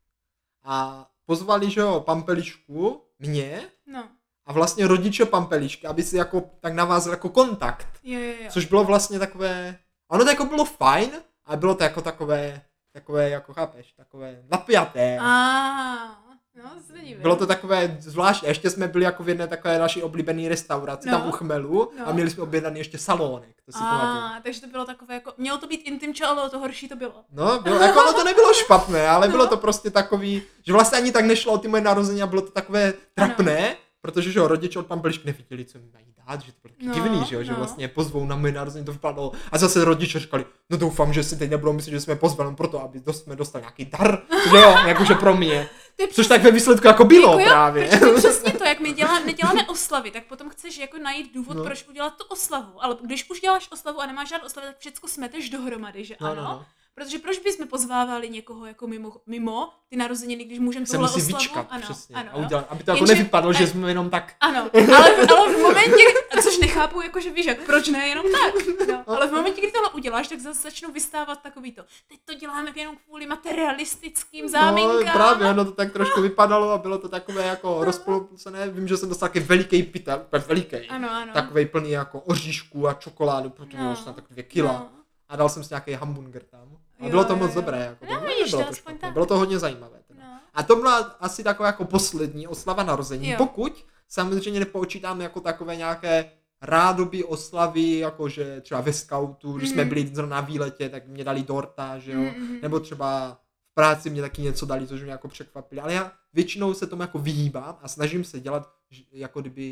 a pozvali, že jo, Pampelišku, mě no. a vlastně rodiče Pampelišky, aby si jako tak navázal jako kontakt, jo, jo, jo. což bylo vlastně takové, ono to jako bylo fajn, a bylo to jako takové takové, jako chápeš, takové napjaté. Ah, no, zvedíme. Bylo to takové zvláštní, ještě jsme byli jako v jedné takové naší oblíbené restauraci, no. tam u Chmelu, no. a měli jsme objednaný ještě salónek, to si pamatuju. Takže to bylo takové jako, mělo to být intimčo, ale o to horší to bylo. No, bylo, jako ono to nebylo špatné, ale no. bylo to prostě takový, že vlastně ani tak nešlo o ty moje narození a bylo to takové trapné, ano. protože že jo, rodiče od Pampelišky nevěděli, co mi mají dát, že to bylo taky no, divný, že jo, no. že vlastně pozvou na moje narození, to vypadalo. A zase rodiče říkali, no doufám, že si teď nebudou myslet, že jsme pozvali proto, aby jsme dostali nějaký dar, že jo, jakože pro mě. Což tak ve výsledku jako bylo jako právě. Jo, to je přesně to, jak my dělá, neděláme oslavy, tak potom chceš jako najít důvod, no. proč udělat tu oslavu, ale když už děláš oslavu a nemáš žádnou oslavu, tak všechno smeteš dohromady, že no, ano? No, no. Protože proč bychom pozvávali někoho jako mimo, mimo ty narozeniny, když můžeme tohle oslavu? Vyčkat, ano, přesně, ano, a udělat, aby to jako Jenže, nevypadlo, že jsme jenom tak. Ano, ale, ale v momentě, což nechápu, jakože víš, jak, proč ne jenom tak, no, ale v momentě, kdy tohle uděláš, tak zase začnou vystávat takový to, teď to děláme jenom kvůli materialistickým záminkám. No právě, ono to tak trošku vypadalo a bylo to takové jako rozpolcené, vím, že jsem dostal takový veliký pytel, veliký, ano, ano. takovej plný jako oříšků a čokoládu, protože no, snad tak dvě kila. No. A dal jsem si nějaký hamburger tam. A bylo to moc jo. dobré. Jako no, to, vidíš, bylo, to špatné, bylo to hodně zajímavé. No. A to byla asi taková jako poslední oslava narození. Jo. Pokud samozřejmě nepočítáme jako takové nějaké rádoby oslavy, jakože třeba ve skautu, mm. když jsme byli na výletě, tak mě dali dorta, že jo. Mm. Nebo třeba v práci mě taky něco dali, což mě jako překvapili. Ale já většinou se tomu jako vyhýbám a snažím se dělat jako kdyby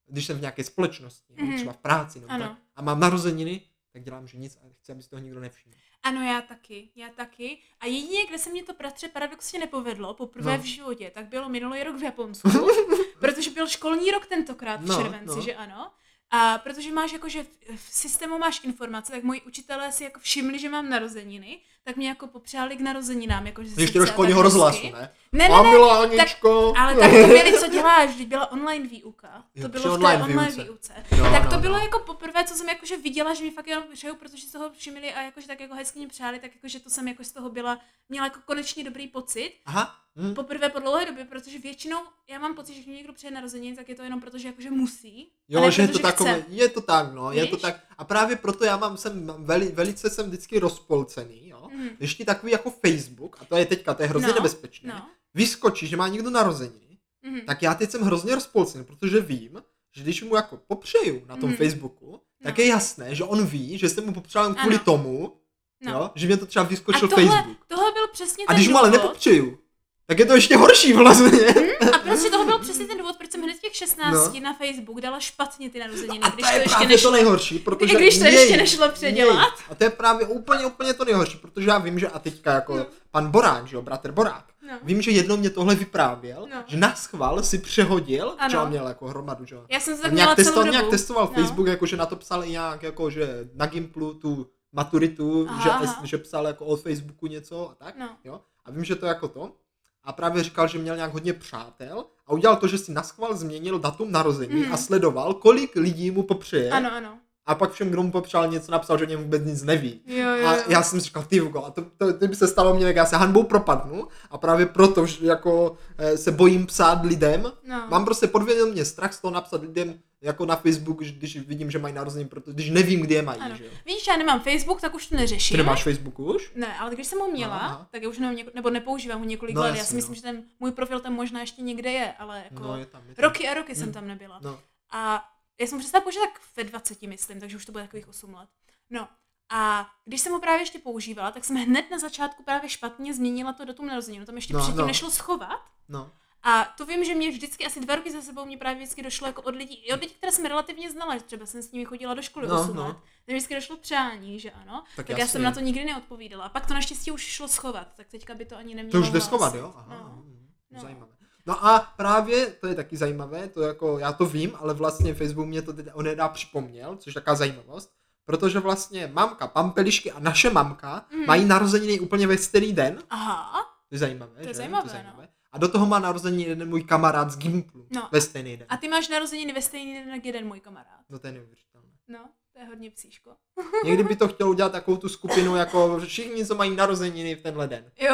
když jsem v nějaké společnosti, mm-hmm. třeba v práci, nebo tak, a mám narozeniny, tak dělám, že nic a chci, aby si toho nikdo nevšiml. Ano, já taky, já taky. A jedině, kde se mě to bratře paradoxně nepovedlo, poprvé no. v životě, tak bylo minulý rok v Japonsku, protože byl školní rok tentokrát v no, červenci, no. že ano. A protože máš jako, že v systému máš informace, tak moji učitelé si jako všimli, že mám narozeniny, tak mě jako popřáli k narozeninám. Jako, že ještě do školního rozhlasu, ne? Ne, ne, ne, tak, ale tak to byli, co děláš, když byla online výuka. To jo, bylo v té online, online výuce. Jo, tak no, to bylo no. jako poprvé, co jsem jakože viděla, že mi fakt jenom přeju, protože z toho všimli a jakože tak jako hezky mě přáli, tak jakože to jsem jako z toho byla, měla jako konečně dobrý pocit. Aha. Hm. Poprvé po dlouhé době, protože většinou já mám pocit, že když mě někdo přeje narozeniny, tak je to jenom protože jakože musí. Jo, že je to takové, je to tak, no, Víš? je to tak. A právě proto já mám, jsem veli, velice jsem vždycky rozpolcený, jo. Mm. Když ti takový jako Facebook, a to je teďka, to je hrozně no, nebezpečné, no. vyskočí, že má někdo narozeniny, mm. tak já teď jsem hrozně rozpolcený, protože vím, že když mu jako popřeju na tom mm. Facebooku, tak no. je jasné, že on ví, že jsem mu popřál kvůli ano. tomu, no. jo, že mě to třeba vyskočil tohle, Facebook. Tohle byl přesně a ten když důvod. mu ale nepopřeju, tak je to ještě horší vlastně. Hmm? A prostě toho byl přesně ten důvod, proč jsem hned v těch šestnácti no. na Facebook dala špatně ty narozeniny, a když to to je ještě právě nešlo. to nejhorší, protože I když to jej, ještě nešlo předělat. Jej. A to je právě úplně, úplně to nejhorší, protože já vím, že a teďka jako no. pan Borák, že jo, bratr Borák, no. vím, že jednou mě tohle vyprávěl, no. že naschvál si přehodil, že on měl jako hromadu, že jo. Já jsem se tak měla testoval, celou nějak testoval no. Facebook, jako že na to psal i nějak, jako že na Gimplu tu maturitu, aha, že, aha. že psal jako od Facebooku něco a tak, no. jo. A vím, že to jako to. A právě říkal, že měl nějak hodně přátel a udělal to, že si naschvál změnil datum narození mm. a sledoval, kolik lidí mu popřeje. Ano, ano. A pak všem, kdo mu popřál něco, napsal, že o něm vůbec nic neví. Jo, jo, a jo. já jsem říkal, ty vgo, a to, to, to by se stalo mně, jak já se hanbou propadnu a právě proto, že jako e, se bojím psát lidem. No. Mám prostě podvědomě strach z toho napsat lidem jako na Facebook, když vidím, že mají narozeniny, protože když nevím, kdy je mají. Že jo. Víš, já nemám Facebook, tak už to neřeším. Ty nemáš Facebook už? Ne, ale když jsem ho měla, aha. tak já už nevím, nebo nepoužívám ho několik no, let. Jasný, já si myslím, no. že ten můj profil tam možná ještě někde je, ale jako no, je tam, je tam. roky a roky hmm. jsem tam nebyla. No. A já jsem přestala používat tak ve dvaceti, myslím, takže už to bude takových osm let. No a když jsem ho právě ještě používala, tak jsem hned na začátku právě špatně změnila to datum narozeniny. Tam ještě no, předtím no. nešlo schovat. No. A to vím, že mě vždycky asi dva roky za sebou mě právě vždycky došlo jako od lidí, i od lidí, které jsem relativně znala, že třeba jsem s nimi chodila do školy no, osm no. let, tak vždycky došlo přání, že ano, tak, tak já jsem na to nikdy neodpovídala. A pak to naštěstí už šlo schovat, tak teďka by to ani nemělo. To už jde schovat, jo? Aha, no. No. Zajímavé. No a právě, to je taky zajímavé, to jako, já to vím, ale vlastně Facebook mě to teď onedá připomněl, což je taková zajímavost, protože vlastně mamka, Pampelišky a naše mamka mm. mají narozeniny úplně ve stejný den. Aha. To je zajímavé, to je že? zajímavé, to je zajímavé. No. A do toho má narozeniny jeden můj kamarád z Gimplu, no. ve stejný den. A ty máš narozeniny ve stejný den jak jeden můj kamarád. No to je neuvěřitelné. No, to je hodně psíško. Někdy by to chtěl udělat takovou tu skupinu, jako všichni, co mají narozeniny v tenhle den. Jo,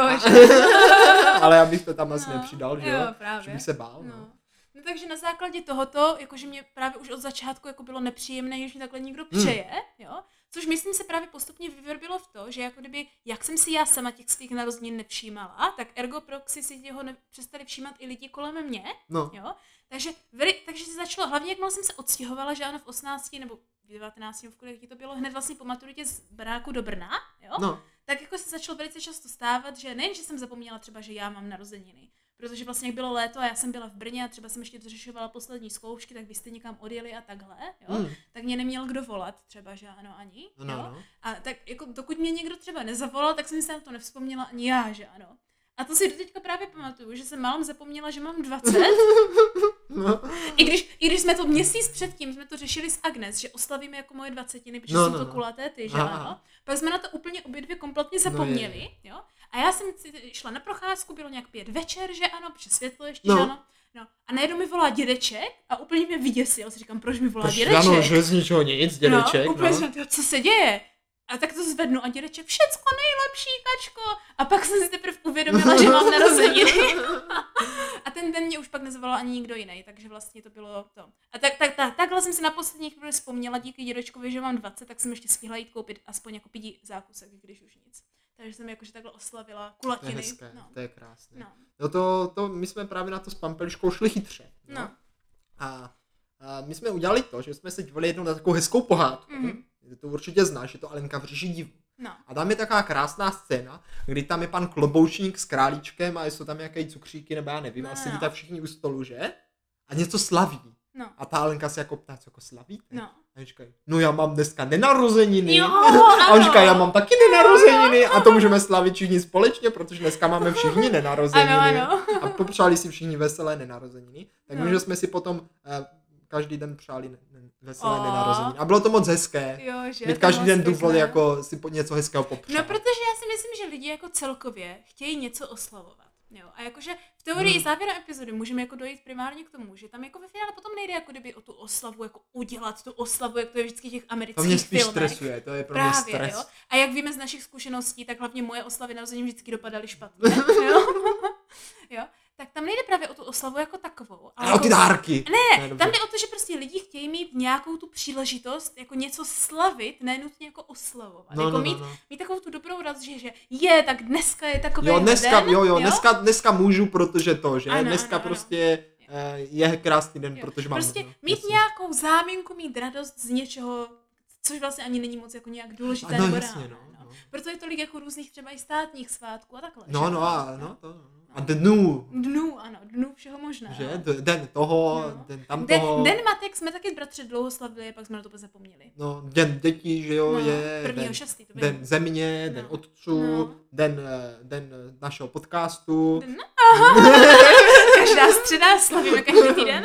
ale já bych to tam asi no, nepřidal, že jo? Právě. Že bych se bál. No. No. No takže na základě tohoto, jakože mě právě už od začátku jako bylo nepříjemné, když mi takhle někdo přeje, hmm. jo? Což myslím se právě postupně vyvrbilo v to, že jako kdyby, jak jsem si já sama těch svých narozenin nevšímala, tak ergo proxy si těho ne- přestali všímat i lidi kolem mě, no. jo? Takže, veri, takže se začalo, hlavně jakmile jsem se odstěhovala, že ano v osmnácti nebo devatenácti, v kolik to bylo, hned vlastně po maturitě z baráku do Brna, jo? No. Tak jako se začalo velice často stávat, že nejen, že jsem zapomněla třeba, že já mám narozeniny, protože vlastně jak bylo léto a já jsem byla v Brně a třeba jsem ještě dořešovala poslední zkoušky, tak vy jste někam odjeli a takhle, jo, mm. tak mě neměl kdo volat třeba, že ano, ani, no, jo, no. a tak jako dokud mě někdo třeba nezavolal, tak jsem si na to nevzpomněla ani já, že ano. A to si doteďka právě pamatuju, že jsem málem zapomněla, že mám dvacet. No. I, když, I když jsme to měsíc předtím, jsme to řešili s Agnes, že oslavíme jako moje dvacetiny, protože no, jsou no, to no. kulaté ty, že Aha. ano. Pak jsme na to úplně obě dvě kompletně zapomněli, no, jo. A já jsem si šla na procházku, bylo nějak pět večer, že ano, protože světlo ještě, no. že ano. No. A najednou mi volá dědeček a úplně mě vyděsil. Si říkám, proč mi volá Proč, dědeček? Ano, že z ničeho nic, dědeček. No, úplně no. jsem, co se děje? A tak to zvednu a dědeček, všecko nejlepší, kačko. A pak jsem si teprve uvědomila, že mám narozeniny. A ten den mě už pak nezavolal ani nikdo jiný, takže vlastně to bylo to. A tak, tak, tak, takhle jsem si na poslední chvíli vzpomněla díky dědečkovi, že mám dvacet, tak jsem ještě stihla jít koupit aspoň jako pidi zákusek, když už nic. Takže jsem jakože takhle oslavila kulatiny. To je hezké, no. to je krásné. No. No to, to, my jsme právě na to s Pampeliškou šli chytře. No. No. A, a my jsme udělali to, že jsme se dívali jednou na takovou hezkou pohádku. Mm-hmm. To určitě znáš, je to Alenka v říši divu. No. A tam je taková krásná scéna, kdy tam je pan Kloboučník s králíčkem a jsou tam nějaké cukříky, nebo já nevím, no, a sedí no. tam všichni u stolu, že? A něco slaví. No. A ta Alenka se jako ptá, co jako slavíte? No. A říkají, no já mám dneska nenarozeniny. Jo, a on říká, ano. já mám taky nenarozeniny a to můžeme slavit všichni společně, protože dneska máme všichni nenarozeniny. Ano, ano. A popřáli si všichni veselé nenarozeniny. Tak No. my, že jsme si potom uh, každý den přáli ne- ne- veselé Oh. nenarozeniny. A bylo to moc hezké. Jo, že? Mít to každý moc den důvod pěkné. jako si po něco hezkého popřát. No, protože já si myslím, že lidi jako celkově chtějí něco oslavovat. Jo, a jakože v teorii Hmm. závěrem epizody můžeme jako dojít primárně k tomu, že tam jako ve finále potom nejde jako kdyby o tu oslavu, jako udělat tu oslavu, jak to je vždycky v těch To amerických mě spíš filmech. stresuje, to je pro mě Právě, stres. jo. A jak víme z našich zkušeností, tak hlavně moje oslavy narozenin vždycky dopadaly špatně. jo? jo. Tak tam nejde právě o tu oslavu jako takovou. Ale jako... o ty dárky. Ne, Ne, dobře. tam jde o to, že prostě lidi chtějí mít nějakou tu příležitost, jako něco slavit, ne nutně jako oslavovat. No, jako no, mít, no, no. mít takovou tu dobrou radost, že, že je, tak dneska je takový Jo, dneska, den, jo, jo, dneska, dneska můžu, protože to, že? Ano, Dneska ano, ano. prostě eh, je krásný den, Jo. protože mám... Prostě no, mít jasně. nějakou záminku, mít radost z něčeho, což vlastně ani není moc jako nějak důležité A no, nebo jasně, reálné, no, no. Proto je tolik jako různých třeba i státních svátků a takhle. No, že? no, a, no, to, a dnů, Dnů, ano, dnů všeho možného. že? D- Den toho, No. den tam Den, toho. den matek jsme taky bratře dlouho slavili, pak jsme na to úplně zapomněli. No, den dětí, že jo, No, je. prvního Den, šestý, to vím. den země, den No. otců, No. den, eh, den eh, našeho podcastu. Den- Každá středa slavíme každý týden.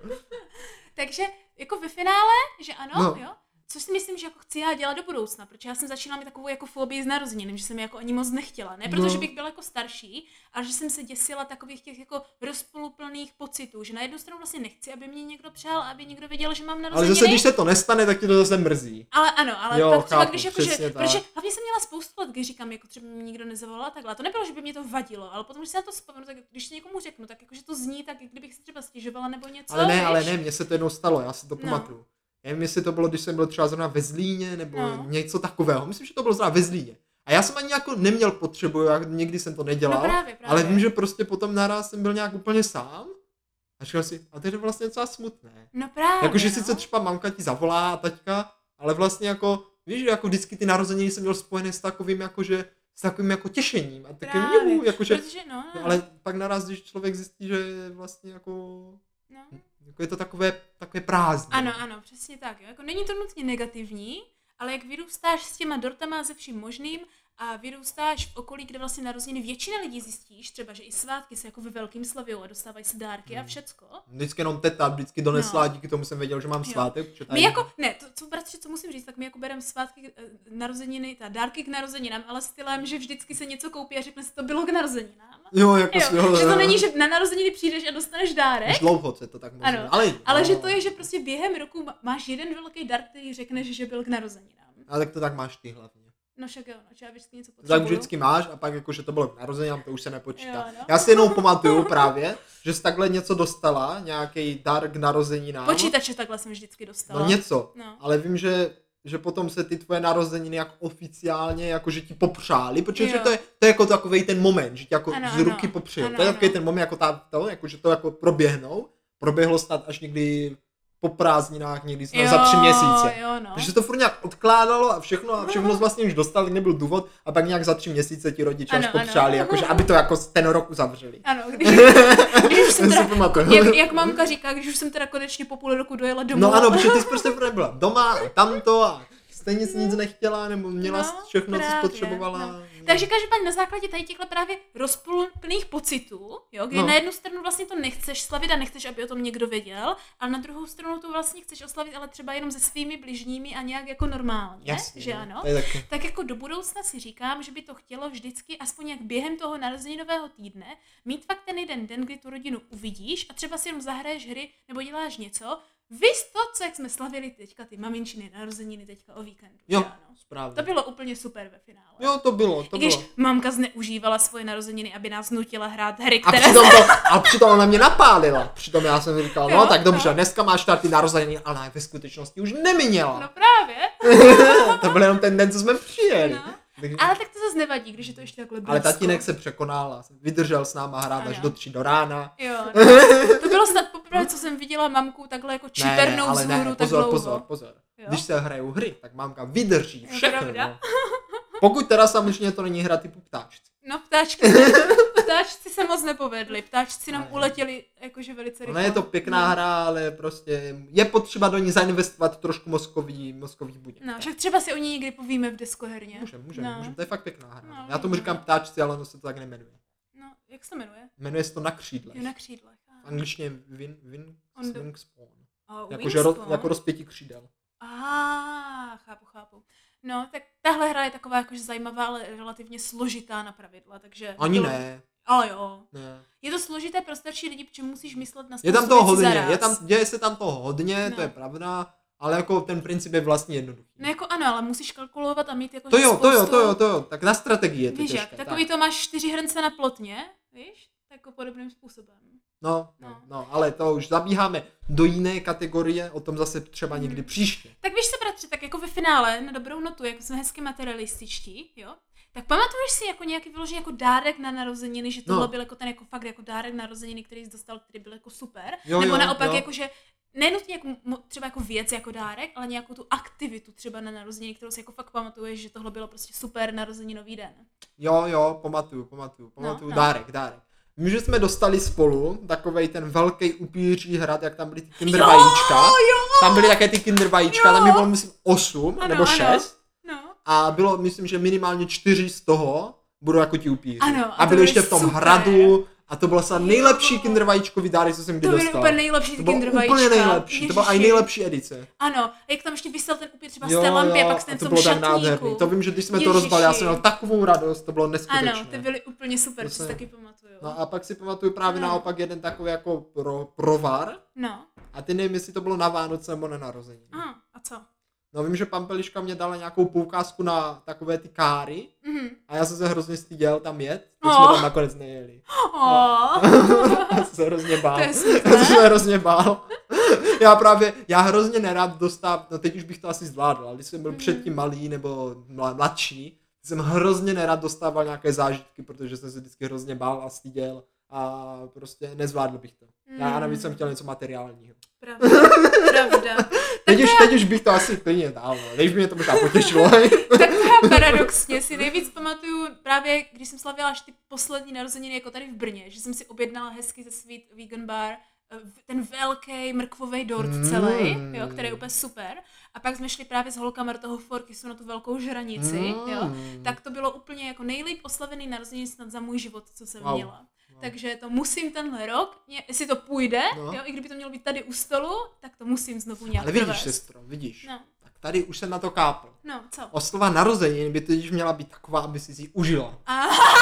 Takže jako ve finále, že ano, No. jo, což si myslím, že jako chci já dělat do budoucna, protože já jsem začínala mít takovou jako fobii z narozenin, že jsem je jako ani moc nechtěla, ne protože No. bych byla jako starší, ale že jsem se děsila takových těch jako rozpoluplných pocitů, že na jednu stranu vlastně nechci, aby mě někdo přál, aby někdo věděl, že mám Ale narozeniny. zase, když se to nestane, tak ti to zase mrzí. Ale ano, ale Jo, pak třeba chápu, když jako, že, přesně tak. protože hlavně jsem měla spoustu let, když říkám, jako třeba mi nikdo nezavolal a takhle. A to nebylo, že by mě to vadilo, ale potom, když se na to vzpomenu, tak když to někomu řeknu, tak jakože to zní tak, jak kdybych si třeba stěžovala nebo něco. Ale ne, víš? ale ne, mně se to jednou stalo, já si to No. pamatuju. Nevím, jestli to bylo, když jsem byl třeba zrovna ve Zlíně, nebo No. něco takového. Myslím, že to bylo zrovna ve Zlíně. A já jsem ani jako neměl potřebu, já nikdy jsem to nedělal, No právě, právě. ale vím, že prostě potom naraz jsem byl nějak úplně sám a říkal si, a to je vlastně docela smutné. No právě, Jakože no. sice třeba mamka ti zavolá a taťka, ale vlastně jako, víš, že jako vždycky ty narozeniny jsem měl spojené s takovým jakože, s takovým jako těšením a takovým Právě, juhu, jakože, Protože, no, no, ale pak naraz, když člověk zjistí, že je vlastně jako, no. jako je to takové, takové prázdné. Ano, ano, přesně tak. Jo. Jako není to nutně negativní, ale jak vyrůstáš s těma dortama a se vším možným a vyrůstáš v okolí, kde vlastně narozeniny většina lidí zjistíš, třeba, že i svátky se jako ve velkým slavujou a dostávají se dárky a všecko. Vždycky jenom teta vždycky donesla, No. a díky tomu jsem věděl, že mám Jo. svátek. protože My tady- jako, ne, to, co bratře, co musím říct, tak my jako bereme svátky, eh, narozeniny, ta dárky k narozeninám, ale stylem, že vždycky se něco koupí a řekne si, to bylo k narozeninám. Jo, jako Jo, si, jo, že to jo. není, že na narozeniny přijdeš a dostaneš dárek, Už dlouho se to tak možná. Ano, ale, ale no. že to je, že prostě během roku má- máš jeden velký dar, který řekneš, že byl k narozeninám. Ale tak to tak máš ty hlavně. No však jo, no, že já vždycky něco To potřebuju. tak vždycky máš a pak jako, že to bylo k narozeninám, to už se nepočítá. Jo, no. Já si jenom pamatuju právě, že jsi takhle něco dostala, nějaký dar k narozeninám. Počítače takhle jsem vždycky dostala. No něco, No. ale vím, že že potom se ty tvoje narozeniny jako oficiálně, jako že ti popřáli, protože Jo. to je, to je jako takovej ten moment, že ti jako Ano, z ruky ano. popřijou. Ano, To je takový ano. ten moment, jako ta, to, jako že to jako proběhnou, proběhlo snad až někdy po prázdninách, někdy snad Jo, za tři měsíce. Jo, no. Takže se to furt nějak odkládalo a všechno a všechno jsi vlastně už dostal, nebyl důvod a pak nějak za tři měsíce ti rodiče Ano, až popřáli, ano. jakože aby to jako ten rok uzavřeli. Ano, když, když už jsem Já si teda, pamatuju. jak, jak mamka říká, když už jsem teda konečně po půl roku dojela domů. No ano, protože ty jsi prostě furt nebyla doma a tamto a stejně jsi nic nechtěla nebo měla No, všechno, co jsi právě, potřebovala. no. Takže každopádně na základě tady těchto právě rozpolplných pocitů, jo, kdy No. na jednu stranu vlastně to nechceš slavit a nechceš, aby o tom někdo věděl, ale na druhou stranu to vlastně chceš oslavit, ale třeba jenom se svými bližními a nějak jako normálně, Jasně, že no, ano. to je taky. Tak jako do budoucna si říkám, že by to chtělo vždycky, aspoň jak během toho narozeninového týdne, mít fakt ten jeden den, kdy tu rodinu uvidíš a třeba si jenom zahraješ hry nebo děláš něco, vys to, co jak jsme slavili teďka ty maminčiny narozeniny teďka o víkendu. Jo, že ano. správně. To bylo úplně super ve finále. Jo, to bylo, to I když bylo. mamka zneužívala svoje narozeniny, aby nás nutila hrát hry, A které... přitom, to, a přitom ona mě napálila. Přitom já jsem říkal, no Jo, tak dobře, no. dneska máš tady ty narozeniny, ale ve skutečnosti už neměla. No právě. To byl jenom ten den, co jsme přijeli. No. Takže- Ale tak to zase nevadí, když je to ještě takhle blízko. Ale tatínek se překonal a vydržel s náma hrát až Ano. do tří do rána. Jo, no. To bylo snad poprvé, co jsem viděla mamku takhle jako čipernou ale vzhůru tak pozor, dlouho. pozor, pozor. Jo? Když se hrajou hry, tak mámka vydrží Je všechno. pravda. No. Pokud teda samozřejmě to není hra typu ptáčci. No ptáčky. ptáčci se moc nepovedli, ptáčci nám Ne. uletěli jakože velice rychle. Ona je to pěkná hra, ale prostě je potřeba do ní zainvestovat trošku mozkový, mozkový buněk. No, však třeba si o ní někdy povíme v deskoherně. Můžeme, můžeme, no. můžeme, to je fakt pěkná hra. No, Já tomu no. říkám ptáčci, ale ono se to tak nemenuje. No, jak se to jmenuje? Jmenuje se to na křídlech. Jo, na křídlech. V angličtině win, win, On do- wingspan. Oh, Jakože ro, wingspan. jako rozpětí křídel. Ah, chápu, chápu. No, tak tahle hra je taková jakože zajímavá, ale relativně složitá na pravidla, takže... Ani to- ne. Ale jo. ne. Je to složité pro starší lidi, protože musíš myslet na Je spoustu tam toho věcí hodně, zaraz. je tam, děje se tam toho hodně, No. to je pravda, ale jako ten princip je vlastně jednoduchý. No jako ano, ale musíš kalkulovat a mít jako To jo, to jo, spoustu- to jo, to jo, tak na strategii je to Víš těžké. jak, takový to máš čtyři hrnce na plotně, víš? Tak jako podobným způsobem. No, No. no, no, ale to už zabíháme do jiné kategorie, o tom zase třeba někdy Hmm. příště. Tak víš se, bratře, tak jako ve finále, na dobrou notu, jako jsme hezky materialističtí, jo? Tak pamatuješ si jako nějaký vyložený jako dárek na narozeniny, že tohle No. byl jako ten jako fakt jako dárek na narozeniny, který jsi dostal, který byl jako super? Jo, Nebo jo, naopak jo. jako, že nenutně jako, mo- třeba jako věc jako dárek, ale nějakou tu aktivitu třeba na narozeniny, kterou si jako fakt pamatuješ, že tohle bylo prostě super narozeninový den. Jo, jo, pamatuju, pamatuju, pamatuju, no. dárek, dárek. My, že jsme dostali spolu takovej ten velký upíří hrad, jak tam byly ty kinder Jo, vajíčka. jo. Tam byly také ty kinder vajíčka, Jo. tam jich bylo myslím osm Ano, nebo ano. šest. No. A bylo, myslím, že minimálně čtyři z toho budou jako ti upíři. Ano, a a to byli byly ještě v tom super. hradu a to bylo snad Jo. nejlepší kinder vajíčkový dárek, co jsem kdy To byly dostal. úplně nejlepší To ty bylo kinder úplně vajíčka. nejlepší, to byla i Ježiši. nejlepší edice. Ano, a jak tam ještě vysel ten upír třeba z té lampy a pak jste a v to tom bylo tak šatníku. nádherný. To vím, že když jsme to Ježiši. rozbali, já jsem měl takovou radost, to bylo neskutečné. Ano, ty byly úplně super, To to si se- taky pamatuju. No a pak si pamatuju právě No. naopak jeden takový jako pro, provar. No. A ty nevím, jestli to bylo na Vánoce nebo na narozeniny. Aha, a co? No vím, že Pampeliška mě dala nějakou poukázku na takové ty káry Mhm. a já jsem se hrozně styděl tam jet, tak Oh. jsme tam nakonec nejeli. Oh. Já jsem se hrozně bál. To je Já super. jsem se hrozně bál. Já právě, já hrozně nerad dostávám, no teď už bych to asi zvládl, ale když jsem byl Mhm. předtím malý nebo mla- mladší, jsem hrozně nerad dostával nějaké zážitky, protože jsem se vždycky hrozně bál a styděl a prostě nezvládl bych to. Já Mm. navíc jsem chtěl něco materiálního. Pravda, pravda. Teď už, teď už bych to asi klidně dal, no. Teď by mě to možná potěšilo. Tak já paradoxně si nejvíc pamatuju právě, když jsem slavila až ty poslední narozeniny jako tady v Brně, že jsem si objednala hezky ze Sweet Vegan Bar eh, ten velký mrkvový dort Mm. celý, jo, který je úplně super. A pak jsme šli právě s holkama do toho Forkysu na tu velkou žranici, Mm. jo. Tak to bylo úplně jako nejlíp oslavený narozeniny snad za můj život, co jsem Wow. měla. Takže to musím tenhle rok, ně- jestli to půjde, No. jo, i kdyby to mělo být tady u stolu, tak to musím znovu nějak Ale vidíš, provést. sestro, vidíš. No, Tak tady už jsem na to kápl. no, co? Oslava narozenin by totiž měla být taková, aby si ji užila. A...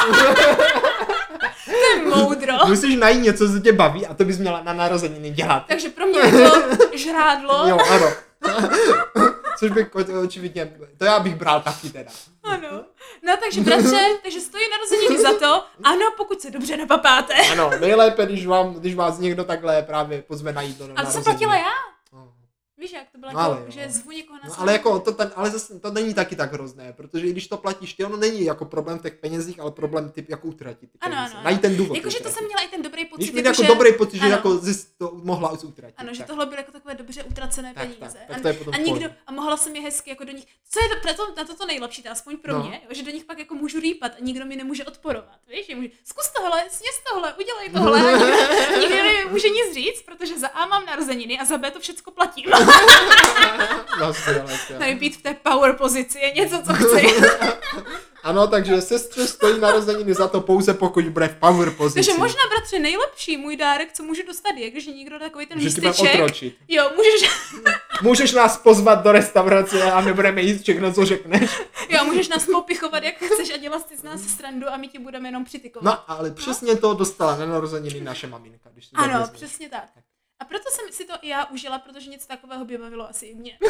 to je moudro. Musíš najít něco, co tě baví a to bys měla na narozeniny dělat. Takže pro mě je to žrádlo. Jo, ano. Což bych ko- očividně, to já bych bral taky teda. Ano. No takže bratře, takže stojí narozeniny za to. Ano, pokud se dobře napapáte. Ano, nejlépe, když, vám, když vás někdo takhle právě pozve na jídlo na A to jsem narozeniny. platila já. No. Víš jak, to bylo No, ale jako, jo. že zvu někoho na No, svou- ale jako to, ten, ale zase, to není taky tak hrozné, protože i když to platíš ty, ono není jako problém v těch penězích, ale problém typ, jako utratit ty Ano, peníze. ano, ano. Najít ten důvod. Jakože to utratit. jsem měla i ten dobrý pocit. Když mít jako že- dobrý pocit, že ano. jako zis to mohla už utratit. Ano, že tak. tohle byly jako takové dobře utracené Tak, peníze. tak, tak a, to je potom a v nikdo, pohodě. a mohla jsem je hezky jako do nich, co je to, proto, na to to nejlepší, to aspoň pro No. mě, jo, že do nich pak jako můžu rýpat a nikdo mi nemůže odporovat, víš, že můžu, zkus tohle, sněz tohle, udělej tohle, a nikdo, nikdo mi může nic říct, protože za A mám narozeniny a za B to všecko platím. No, skvěle, skvěle. Tady být v té power pozici je něco, co chci. Ano, takže sestře stojí narozeniny za to pouze pokud bude v power pozici. Takže možná, bratře, nejlepší můj dárek, co můžu dostat, je, když někdo takový ten že ti bude lísteček. otročit. Jo, můžeš, Můžeš nás pozvat do restaurace a my budeme jíst všechno, co řekneš. jo, můžeš nás popichovat, jak chceš a dělat si z nás srandu a my ti budeme jenom přitykovat. No, ale přesně to dostala na narozeniny naše maminka. Když si to Ano, vezmeš. přesně tak. A proto jsem si to i já užila, protože něco takového by bavilo asi i mě.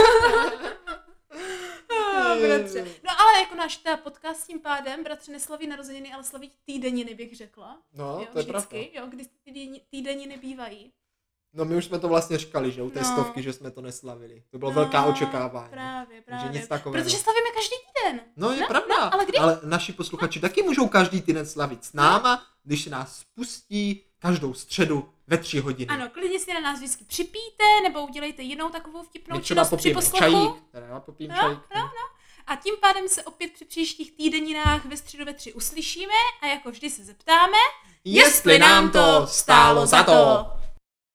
Ah, bratře. No ale jako náš teda podcast tím pádem, bratře neslaví narozeniny, ale slaví týdeniny, bych řekla. No, jo, to je vždycky, pravda. jo, kdy týdeni- týdeniny bývají. No my už jsme to vlastně říkali, že u té No. stovky, že jsme to neslavili. To bylo No, velká očekávání. Právě, Takže právě. nic takového. Protože slavíme každý týden. No je No, pravda, no, ale kdy? ale naši posluchači taky můžou každý týden slavit s náma, když si nás spustí každou středu ve tři hodiny. Ano, klidně si na nás vždycky připijte, nebo udělejte jinou takovou vtipnou My třeba činnost při popijeme poslechu. čajík, teda já popijím No, čajík. no, A tím pádem se opět při příštích týdeninách ve středu ve tři uslyšíme a jako vždy se zeptáme, Jestli nám to stálo za to.